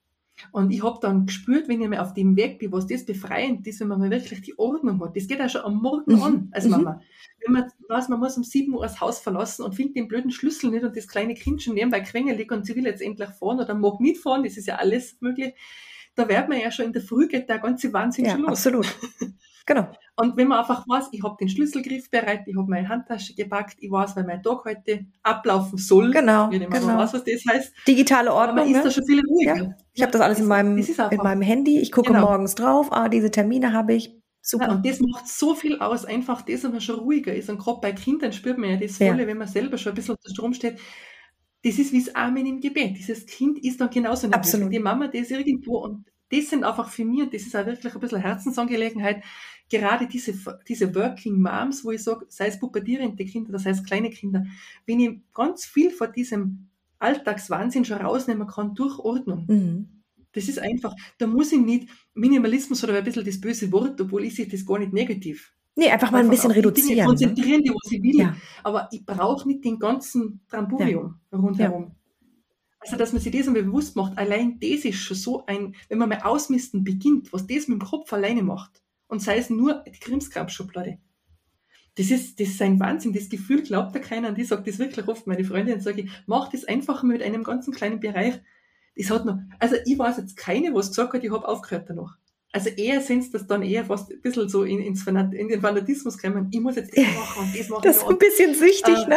Und ich habe dann gespürt, wenn ich mir auf dem Weg bin, was das befreiend ist, wenn man mal wirklich die Ordnung hat. Das geht auch schon am Morgen Mhm. an als Mhm. Mama. Wenn man weiß, man muss um sieben Uhr das Haus verlassen und findet den blöden Schlüssel nicht und das kleine Kind schon nebenbei quengelig und sie will jetzt endlich fahren oder mag nicht fahren, das ist ja alles möglich. Da wird man ja schon in der Früh, geht der ganze Wahnsinn Ja, schon los. absolut. Genau. Und wenn man einfach weiß, ich habe den Schlüsselgriff bereit, ich habe meine Handtasche gepackt, ich weiß, weil mein Tag heute ablaufen soll. Genau, Wie man genau. weiß, was das heißt. Digitale Aber man Ordnung, ist ne? da schon viel ruhiger. Ja. Ich habe das alles in das- meinem, das ist in einfach- meinem Handy. Ich gucke Genau. morgens drauf. Ah, diese Termine habe ich. Ja, Super. und das macht so viel aus, einfach das, wenn man schon ruhiger ist. Und gerade bei Kindern spürt man ja das Ja. Volle, wenn man selber schon ein bisschen unter Strom steht. Das ist wie das Amen im Gebet. Dieses Kind ist dann genauso nervös. Absolut. Die Mama, die ist irgendwo. Und das sind einfach für mich, und das ist auch wirklich ein bisschen Herzensangelegenheit, gerade diese, diese Working Moms, wo ich sage, sei es pubertierende Kinder, das heißt kleine Kinder, wenn ich ganz viel von diesem Alltagswahnsinn schon rausnehmen kann durch Ordnung. Mhm. Das ist einfach, da muss ich nicht, Minimalismus oder ein bisschen das böse Wort, obwohl ich sehe das gar nicht negativ. Nee, einfach mal ein Einfach bisschen auf die Dinge reduzieren. Ne? konzentrieren, die was ich will. Ja. Aber ich brauche nicht den ganzen Tramburium rundherum. Also, dass man sich das einmal bewusst macht, allein das ist schon so ein, wenn man mal ausmisten beginnt, was das mit dem Kopf alleine macht, und sei es nur die Krimskrams-Schublade. Das ist, das ist ein Wahnsinn, das Gefühl glaubt da keiner, und ich sage das wirklich oft, meine Freundin sage ich, mach das einfach mal mit einem ganzen kleinen Bereich. Das hat noch, also ich weiß jetzt keine, was gesagt hat, ich habe aufgehört danach. Also eher sind das dann eher fast ein bisschen so in, ins Fanat, in den Fanatismus kommen, ich muss jetzt das machen und das machen. Das ist ein bisschen süchtig, äh, ne?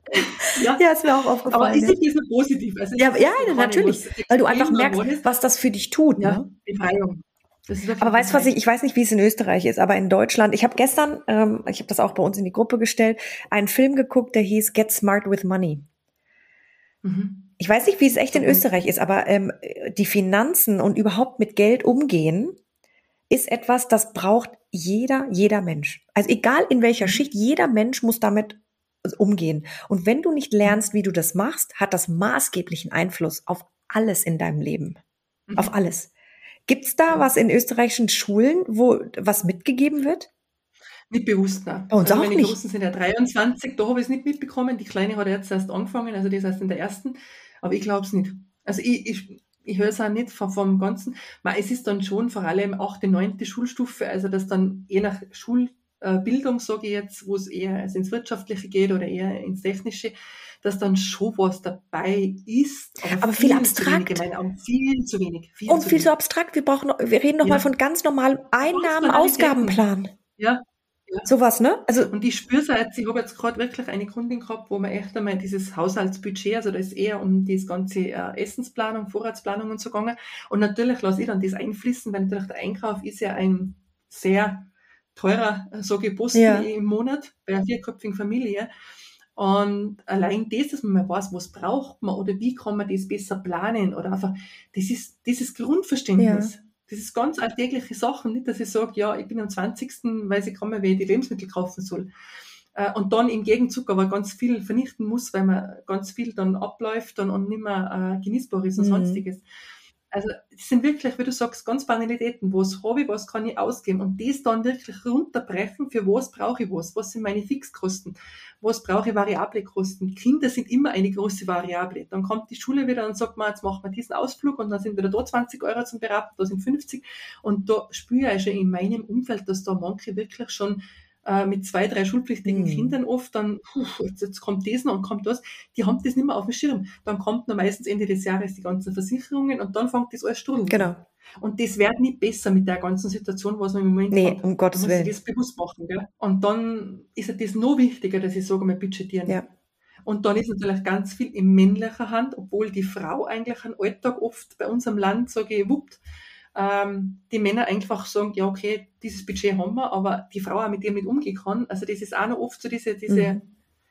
Ja, Ja, ist mir auch aufgefallen. aber ich ja. sehe das nur positiv. Also Ja, ich- ja, ich kann natürlich. nicht, Weil du einfach extrem merkst, erwartet. was das für dich tut. Ja, Ne? Befreiung. Das ist wirklich Aber weißt du, was ich, Befreiung. ich weiß nicht, wie es in Österreich ist, aber in Deutschland, ich habe gestern, ähm, ich habe das auch bei uns in die Gruppe gestellt, einen Film geguckt, der hieß Get Smart with Money. Mhm. Ich weiß nicht, wie es echt in Mhm. Österreich ist, aber ähm, die Finanzen und überhaupt mit Geld umgehen ist etwas, das braucht jeder, jeder Mensch. Also egal in welcher Mhm. Schicht, jeder Mensch muss damit umgehen. Und wenn du nicht lernst, wie du das machst, hat das maßgeblichen Einfluss auf alles in deinem Leben. Mhm. Auf alles. Gibt's da Ja. was in österreichischen Schulen, wo was mitgegeben wird? Nicht bewusst, nein. Bei uns Also auch meine nicht. Großen sind ja dreiundzwanzig, da habe ich es nicht mitbekommen. Die Kleine hat jetzt erst angefangen, also die ist erst in der ersten. Aber ich glaube es nicht. Also ich, ich, ich höre es auch nicht vom, vom Ganzen. Man, es ist dann schon vor allem achte, neunte Schulstufe, also dass dann je nach Schulbildung, sage ich jetzt, wo es eher also ins Wirtschaftliche geht oder eher ins Technische, dass dann schon was dabei ist. Aber viel zu abstrakt. wenig, in meinen Augen. Viel zu wenig. Viel Und zu viel zu wenig. abstrakt. Wir brauchen, noch- wir reden noch Ja. mal von ganz normalem Einnahmen, Banalitäten. Ausgabenplan. Ja. Ja. Sowas, ne? Also, Und ich spüre es jetzt, ich habe jetzt gerade wirklich eine Kundin gehabt, wo man echt einmal dieses Haushaltsbudget, also da ist eher um das ganze äh, Essensplanung, Vorratsplanung und so gegangen. Und natürlich lasse ich dann das einfließen, weil natürlich der Einkauf ist ja ein sehr teurer, äh, so Posten Ja. im Monat bei einer vierköpfigen Familie. Und allein das, dass man mal weiß, was braucht man oder wie kann man das besser planen oder einfach, das ist dieses Grundverständnis. Ja. Das ist ganz alltägliche Sachen, nicht, dass ich sage, ja, ich bin am zwanzigsten weiß ich kaum mehr, wie ich die Lebensmittel kaufen soll. Äh, Und dann im Gegenzug aber ganz viel vernichten muss, weil man ganz viel dann abläuft und, und nicht mehr äh, genießbar ist und Mhm. sonstiges. Also das sind wirklich, wie du sagst, ganz Banalitäten. Was habe ich, was kann ich ausgeben? Und das dann wirklich runterbrechen, für was brauche ich was? Was sind meine Fixkosten? Was brauche ich variable Kosten? Kinder sind immer eine große Variable. Dann kommt die Schule wieder und sagt man, jetzt machen wir diesen Ausflug und dann sind wieder da zwanzig Euro zum Beraten, da sind fünfzig. Und da spüre ich schon in meinem Umfeld, dass da manche wirklich schon äh, mit zwei, drei schulpflichtigen Mhm. Kindern oft dann, puh, jetzt, jetzt kommt das noch und kommt das, die haben das nicht mehr auf dem Schirm. Dann kommt noch meistens Ende des Jahres die ganzen Versicherungen und dann fängt das alles strudeln. Genau. Und das wird nicht besser mit der ganzen Situation, was man im Moment Nee, hat. um Gottes Man muss sich Willen. das bewusst machen. Gell? Und dann ist das noch wichtiger, dass ich sage, mal budgetieren. Ja. Und dann ist natürlich ganz viel in männlicher Hand, obwohl die Frau eigentlich einen Alltag oft bei unserem Land, sage ich, wuppt. ähm, die Männer einfach sagen, ja okay, dieses Budget haben wir, aber die Frau auch mit dem nicht umgehen kann. Also das ist auch noch oft so diese, diese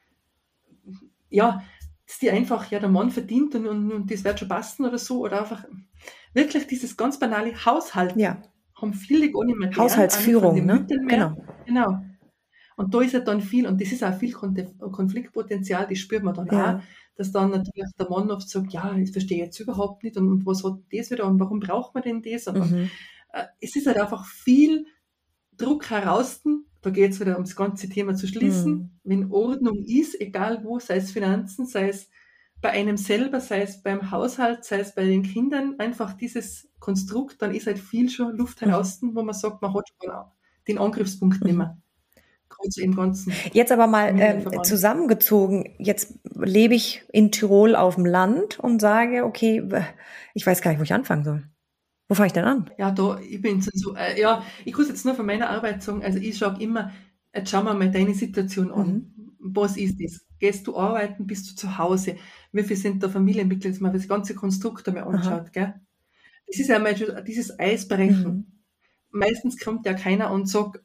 Mhm. ja, dass die einfach, ja, der Mann verdient und, und, und das wird schon passen oder so, oder einfach wirklich dieses ganz banale Haushalten Ja. haben viele gar nicht mehr gelernt, auch nicht von Haushaltsführung, den ne? Müttern mehr. Genau. Genau. Und da ist ja dann viel, und das ist auch viel Konte- Konfliktpotenzial, das spürt man dann auch, Ja. dass dann natürlich der Mann oft sagt, ja, ich verstehe jetzt überhaupt nicht und, und was hat das wieder und warum braucht man denn das? Und, und Mhm. äh, es ist halt einfach viel Druck heraus. Da geht es wieder ums ganze Thema zu schließen. Mhm. Wenn Ordnung ist, egal wo, sei es Finanzen, sei es bei einem selber, sei es beim Haushalt, sei es bei den Kindern, einfach dieses Konstrukt, dann ist halt viel schon Luft Mhm. heraus, wo man sagt, man hat schon den Angriffspunkt nicht Mhm. mehr. Gerade so im ganzen Jetzt aber mal ähm, Familienverband. zusammengezogen. Jetzt lebe ich in Tirol auf dem Land und sage, okay, ich weiß gar nicht, wo ich anfangen soll. Wo fange ich denn an? Ja, da, ich bin so, äh, ja, ich kann es jetzt nur von meiner Arbeit sagen, also ich sage immer, jetzt schauen wir mal deine Situation an. Mhm. Was ist das? Gehst du arbeiten, bist du zu Hause? Wie viele sind da Familienmitglieder, dass man das ganze Konstrukt einmal Aha. anschaut, gell? Das ist ja mal schon dieses Eisbrechen. Mhm. Meistens kommt ja keiner und sagt,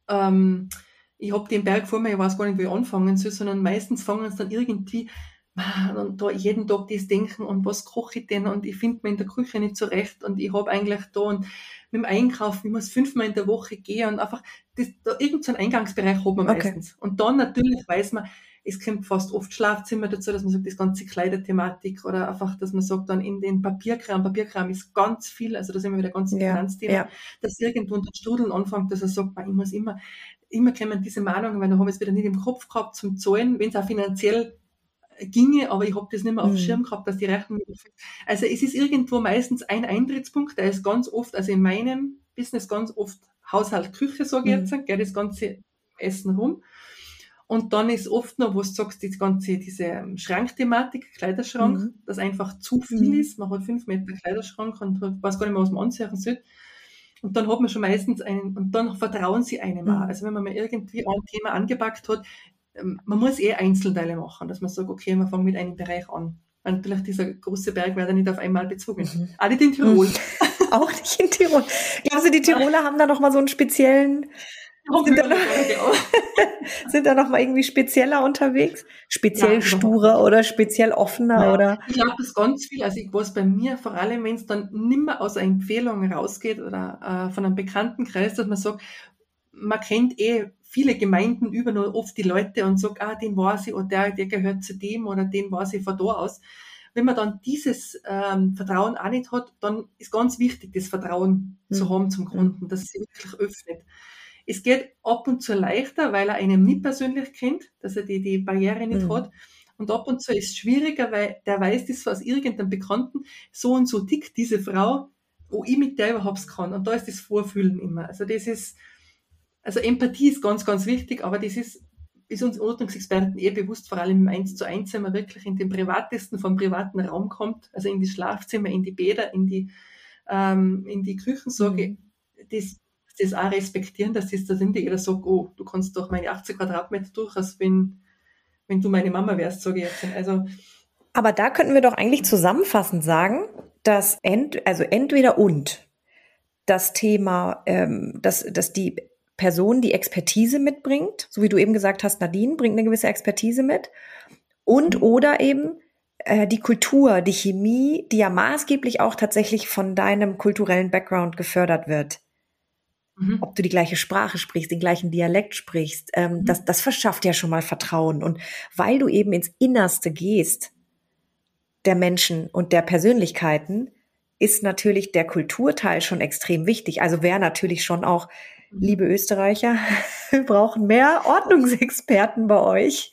ähm, ich habe den Berg vor mir, ich weiß gar nicht, wie ich anfangen soll, sondern meistens fangen sie dann irgendwie man, und da jeden Tag das denken und was koche ich denn und ich finde mir in der Küche nicht zurecht und ich habe eigentlich da und mit dem Einkaufen, ich muss fünfmal in der Woche gehen und einfach, das, da irgendeinen Eingangsbereich hat man Okay. meistens. Und dann natürlich weiß man, es kommt fast oft Schlafzimmer dazu, dass man sagt, das ganze Kleiderthematik oder einfach, dass man sagt, dann in den Papierkram, Papierkram ist ganz viel, also da sind wir wieder ganz im Ja. Finanzthema, Ja. dass irgendwo unter Strudeln anfängt, dass er sagt, man, ich muss immer, immer kommen diese Mahnungen, weil da habe ich es wieder nicht im Kopf gehabt zum Zahlen, wenn es auch finanziell ginge, aber ich habe das nicht mehr auf dem Mhm. Schirm gehabt, dass die Rechnung, also es ist irgendwo meistens ein Eintrittspunkt, der ist ganz oft, also in meinem Business ganz oft Haushalt, Küche, sage ich Mhm. jetzt, gell, das ganze Essen rum. Und dann ist oft noch, wo du sagst, die ganze, diese Schrankthematik, Kleiderschrank, Mhm. dass einfach zu viel Mhm. ist. Man hat fünf Meter Kleiderschrank und hat, weiß gar nicht mehr, was man anziehen soll. Und dann hat man schon meistens einen, und dann vertrauen sie einem auch. Mhm. Also wenn man mal irgendwie ein Thema angepackt hat, ähm, man muss eh Einzelteile machen, dass man sagt, okay, man fängt mit einem Bereich an. Und natürlich dieser große Berg wird dann nicht auf einmal bezogen. Mhm. Auch nicht in Tirol. Auch nicht in Tirol. Glaubst du, die Tiroler haben da noch mal so einen speziellen, sind da, noch, sind da noch mal irgendwie spezieller unterwegs? Speziell Ja, sturer oder speziell offener ja, oder? ich glaube, das ganz viel, also ich weiß bei mir, vor allem wenn es dann nimmer aus einer Empfehlung rausgeht oder äh, von einem Bekanntenkreis, dass man sagt, man kennt eh viele Gemeinden über nur oft die Leute und sagt, ah, den weiß ich oder der, der gehört zu dem oder den weiß ich von da aus. Wenn man dann dieses ähm, Vertrauen auch nicht hat, dann ist ganz wichtig, das Vertrauen Mhm. zu haben zum Kunden, dass es sich wirklich öffnet. Es geht ab und zu leichter, weil er einen nicht persönlich kennt, dass er die, die Barriere nicht Mhm. hat. Und ab und zu ist es schwieriger, weil der weiß das aus irgendeinem Bekannten, so und so tickt diese Frau, wo ich mit der überhaupt kann. Und da ist das Vorfühlen immer. Also das ist, also Empathie ist ganz, ganz wichtig, aber das ist, ist uns Ordnungsexperten eh bewusst, vor allem im eins zu eins, wenn man wirklich in den privatesten vom privaten Raum kommt, also in die Schlafzimmer, in die Bäder, in die, ähm, in die Küchen, sage Mhm. das, das auch respektieren, dass das da sind, jeder sagt, oh, du kannst doch meine achtzig Quadratmeter durch, als wenn, wenn du meine Mama wärst, sage ich jetzt. Also, Aber da könnten wir doch eigentlich zusammenfassend sagen, dass ent, also entweder und das Thema, ähm, dass, dass die Person die Expertise mitbringt, so wie du eben gesagt hast, Nadine bringt eine gewisse Expertise mit, und Mhm. oder eben äh, die Kultur, die Chemie, die ja maßgeblich auch tatsächlich von deinem kulturellen Background gefördert wird. Mhm. Ob du die gleiche Sprache sprichst, den gleichen Dialekt sprichst, ähm, Mhm. das, das verschafft ja schon mal Vertrauen. Und weil du eben ins Innerste gehst der Menschen und der Persönlichkeiten, ist natürlich der Kulturteil schon extrem wichtig. Also wäre natürlich schon auch, Mhm. liebe Österreicher, wir brauchen mehr Ordnungsexperten bei euch.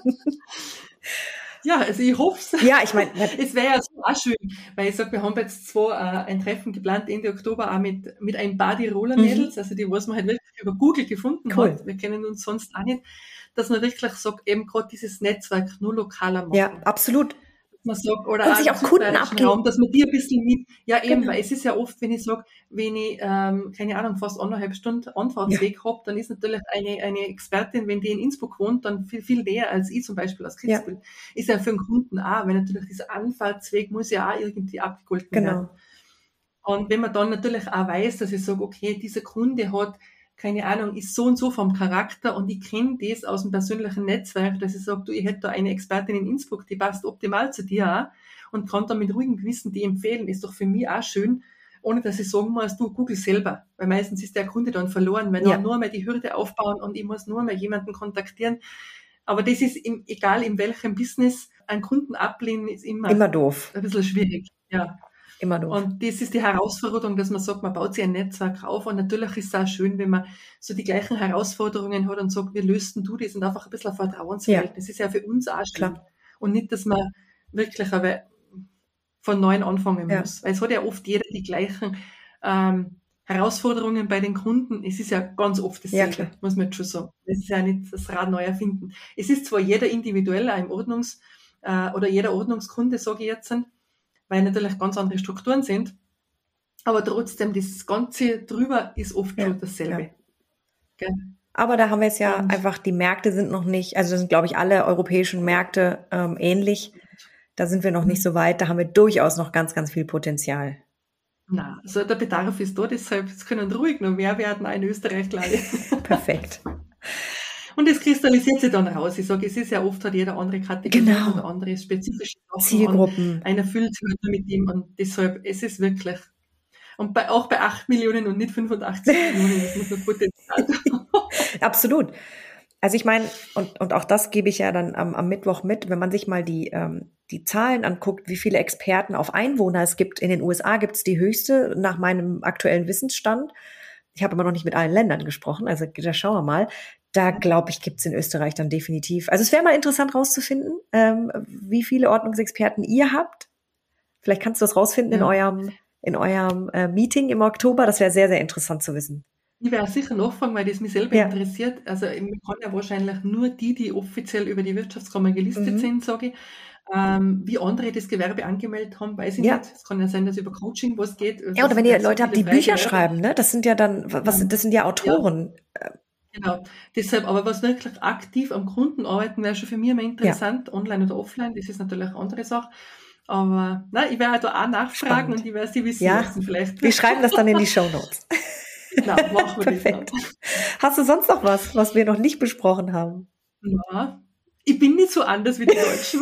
Ja, also ich hoffe es. Ja, ich meine, Es wäre ja so auch schön, weil ich sage, wir haben jetzt zwar äh, ein Treffen geplant Ende Oktober auch mit, mit ein paar Tiroler Mhm. Mädels, also die, was man halt wirklich über Google gefunden Cool. hat. Wir kennen uns sonst auch nicht, dass man wirklich sagt, eben gerade dieses Netzwerk nur lokaler machen. ja, absolut. Man sagt, oder Und auch sich im auch Kunden südbayerischen abgeben. Raum, dass man die ein bisschen mit, ja eben, Genau. weil es ist ja oft, wenn ich sage, wenn ich, ähm, keine Ahnung, fast anderthalb Stunden Anfahrtsweg habe, dann ist natürlich eine, eine Expertin, wenn die in Innsbruck wohnt, dann viel, viel näher als ich zum Beispiel aus Ja, Kitzbühel. Ist ja für den Kunden auch, weil natürlich dieser Anfahrtsweg muss ja auch irgendwie abgegolten werden. genau. Und wenn man dann natürlich auch weiß, dass ich sage, okay, dieser Kunde hat, keine Ahnung, ist so und so vom Charakter und ich kenne das aus dem persönlichen Netzwerk, dass ich sage, du, ich hätte da eine Expertin in Innsbruck, die passt optimal zu dir auch und kann da mit ruhigem Gewissen die empfehlen, ist doch für mich auch schön, ohne dass ich sagen muss, du, Google selber, weil meistens ist der Kunde dann verloren, weil Ja. dann nur mal die Hürde aufbauen und ich muss nur mal jemanden kontaktieren. Aber das ist, im, egal in welchem Business, einen Kunden ablehnen ist immer, Immer doof. ein bisschen schwierig. Ja. Immer doof. Und das ist die Herausforderung, dass man sagt, man baut sich ein Netzwerk auf. Und natürlich ist es auch schön, wenn man so die gleichen Herausforderungen hat und sagt, wir lösten du das und einfach ein bisschen ein Vertrauensverhältnis. Das ist ja für uns auch schön. Klar. Und nicht, dass man wirklich aber von neuem anfangen Ja. muss. Weil es hat ja oft jeder die gleichen ähm, Herausforderungen bei den Kunden. Es ist ja ganz oft dasselbe, Ja, klar. muss man jetzt schon sagen. Es ist ja nicht das Rad neu erfinden. Es ist zwar jeder individuell, auch im Ordnungs- äh, oder jeder Ordnungskunde, sage ich jetzt, weil natürlich ganz andere Strukturen sind, aber trotzdem, das Ganze drüber ist oft Ja, schon dasselbe. ja. Gell? Aber da haben wir jetzt ja Und- einfach, die Märkte sind noch nicht, also das sind, glaube ich, alle europäischen Märkte ähm, ähnlich. Da sind wir noch nicht so weit. Da haben wir durchaus noch ganz, ganz viel Potenzial. Na, also der Bedarf ist da, deshalb es können ruhig noch mehr werden, auch in Österreich, glaube ich. Perfekt. Und es kristallisiert sich dann raus. Ich sage, es ist ja oft, hat jeder andere Kategorie Genau. und andere spezifische Sachen. Zielgruppen. Und einer fühlt sich halt mit ihm und deshalb, es ist wirklich, und bei, auch bei acht Millionen und nicht fünfundachtzig Millionen, das muss noch Potenzial sein. Absolut. Also ich meine, und, und auch das gebe ich ja dann am, am Mittwoch mit, wenn man sich mal die, ähm, die Zahlen anguckt, wie viele Experten auf Einwohner es gibt. In den U S A gibt es die höchste nach meinem aktuellen Wissensstand. Ich habe immer noch nicht mit allen Ländern gesprochen, also da schauen wir mal. Da glaube ich, gibt es in Österreich dann definitiv. Also es wäre mal interessant rauszufinden, ähm, wie viele Ordnungsexperten ihr habt. Vielleicht kannst du das rausfinden Ja. in eurem, in eurem äh, Meeting im Oktober. Das wäre sehr, sehr interessant zu wissen. Ich werde sicher nachfragen, weil das mich selber Ja. interessiert. Also man kann ja wahrscheinlich nur die, die offiziell über die Wirtschaftskammer gelistet Mhm. sind, sage ich. Ähm, wie andere das Gewerbe angemeldet haben, weiß ich Ja. nicht. Es kann ja sein, dass über Coaching was geht. Ja, oder wenn ihr Leute habt, die Bücher Gewerbe. schreiben, ne? Das sind ja dann, was, das sind ja Autoren. Genau. Deshalb, aber was wirklich aktiv am Kunden arbeiten, wäre schon für mich immer interessant, online oder offline. Das ist natürlich eine andere Sache. Aber nein, ich werde da auch nachfragen Spannend. und ich werde sie wissen Ja. lassen vielleicht. Wir schreiben das dann in die Shownotes. Genau, machen wir Perfekt. das Hast du sonst noch was, was wir noch nicht besprochen haben? dann. Ja. Ich bin nicht so anders wie die Deutschen.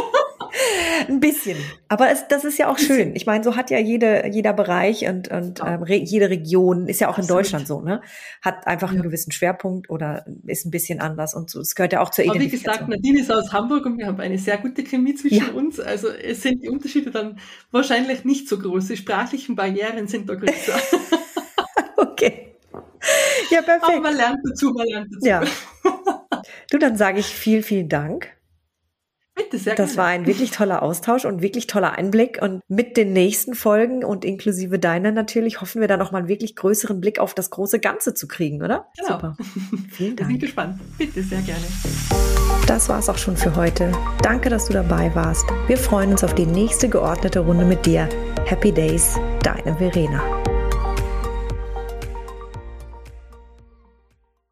Ein bisschen. Aber es, das ist ja auch schön. Ich meine, so hat ja jede, jeder Bereich und, und Ja. ähm, re, jede Region, ist ja auch in Absolut. Deutschland so, ne? Hat einfach einen Ja. gewissen Schwerpunkt oder ist ein bisschen anders und so. Es gehört ja auch zur Aber wie Identifikation. gesagt, Nadine ist aus Hamburg und wir haben eine sehr gute Chemie zwischen Ja. uns. Also es sind die Unterschiede dann wahrscheinlich nicht so groß. Die sprachlichen Barrieren sind da größer. Okay. Ja, Aber perfekt. man lernt dazu, man lernt dazu. Ja. Du, dann sage ich vielen, vielen Dank. Bitte, sehr Das war gerne. ein wirklich toller Austausch und wirklich toller Einblick. Und mit den nächsten Folgen und inklusive deiner natürlich hoffen wir da nochmal einen wirklich größeren Blick auf das große Ganze zu kriegen, oder? Genau. Super. Vielen Wir sind Dank. gespannt. Bitte, sehr gerne. Das war's auch schon für heute. Danke, dass du dabei warst. Wir freuen uns auf die nächste geordnete Runde mit dir. Happy Days, deine Verena.